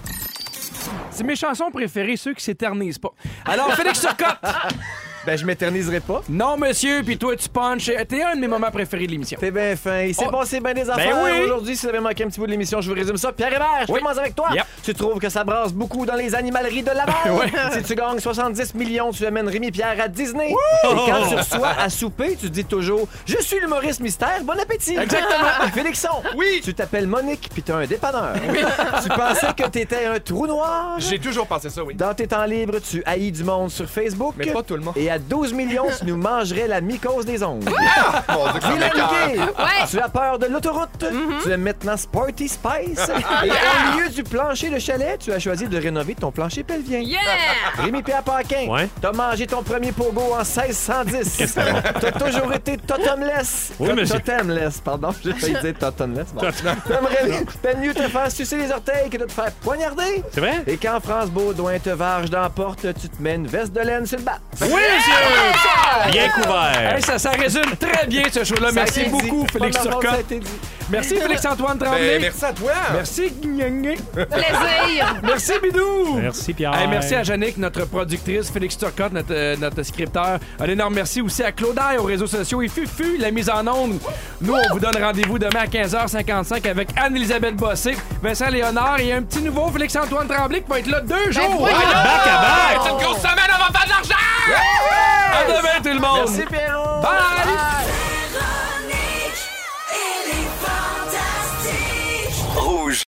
C'est mes chansons préférées, ceux qui s'éternisent pas. Alors, Félix Turcotte! Ben, je m'éterniserai pas. Non, monsieur, puis toi, tu punches. T'es un de mes moments préférés de l'émission. T'es bien fin. Il s'est Oh. passé bien des affaires oui. aujourd'hui. Si vous avez manqué un petit bout de l'émission, je vous résume ça. Pierre Hébert, je Oui. commence avec toi. Yep. Tu trouves que ça brasse beaucoup dans les animaleries de Laval? Ouais. Si tu gagnes 70 millions, tu amènes Rémi Pierre à Disney. Et quand tu reçois à souper, tu dis toujours « Je suis l'humoriste mystère, bon appétit! » Exactement. Félixon, Oui. tu t'appelles Monique puis t'as un dépanneur. Tu pensais que t'étais un trou noir? J'ai toujours pensé ça, oui. Dans tes temps libres, tu haïs du monde sur Facebook. Mais pas tout le monde. Et à 12 millions, tu nous mangerais la mycose des ongles. Mon Dieu, que ça Dylan m'écoeure. Gay, Ouais. tu as peur de l'autoroute. Tu aimes maintenant Sporty Spice. Et au milieu du plancher de chalet, tu as choisi de rénover ton plancher pelvien. Yeah! Rémi-Pierre Paquin, Ouais. t'as mangé ton premier pogo en 1610. T'as toujours été totemless. Oui, monsieur. Totemless, pardon, j'ai failli dire totemless. Bon. T'aimerais mieux te faire sucer les orteils que de te faire poignarder. C'est vrai? Et quand France Baudouin te varge dans la porte, tu te mets une veste de laine sur le bat. Oui, monsieur! Bien couvert. Hey, ça résume très bien ce show-là. Ça a Merci été beaucoup, dit. Félix Pas de ma faute, ça a Turcotte. été dit. Merci, Félix-Antoine Tremblay. Ben, merci à toi. Merci, Guigui. Plaisir! Merci, Bidou. Merci, Pierre. Hey, merci à Jannick, notre productrice, Félix Turcotte, notre scripteur. Un énorme merci aussi à Claudaille aux réseaux sociaux et Fufu, la mise en onde. Nous, on vous donne rendez-vous demain à 15h55 avec Anne-Elisabeth Bossé, Vincent Léonard et un petit nouveau Félix-Antoine Tremblay qui va être là 2 jours. voyons! Back à back. C'est une grosse semaine, on va faire de l'argent! À demain, tout le monde. Merci, Pierrot. Bye!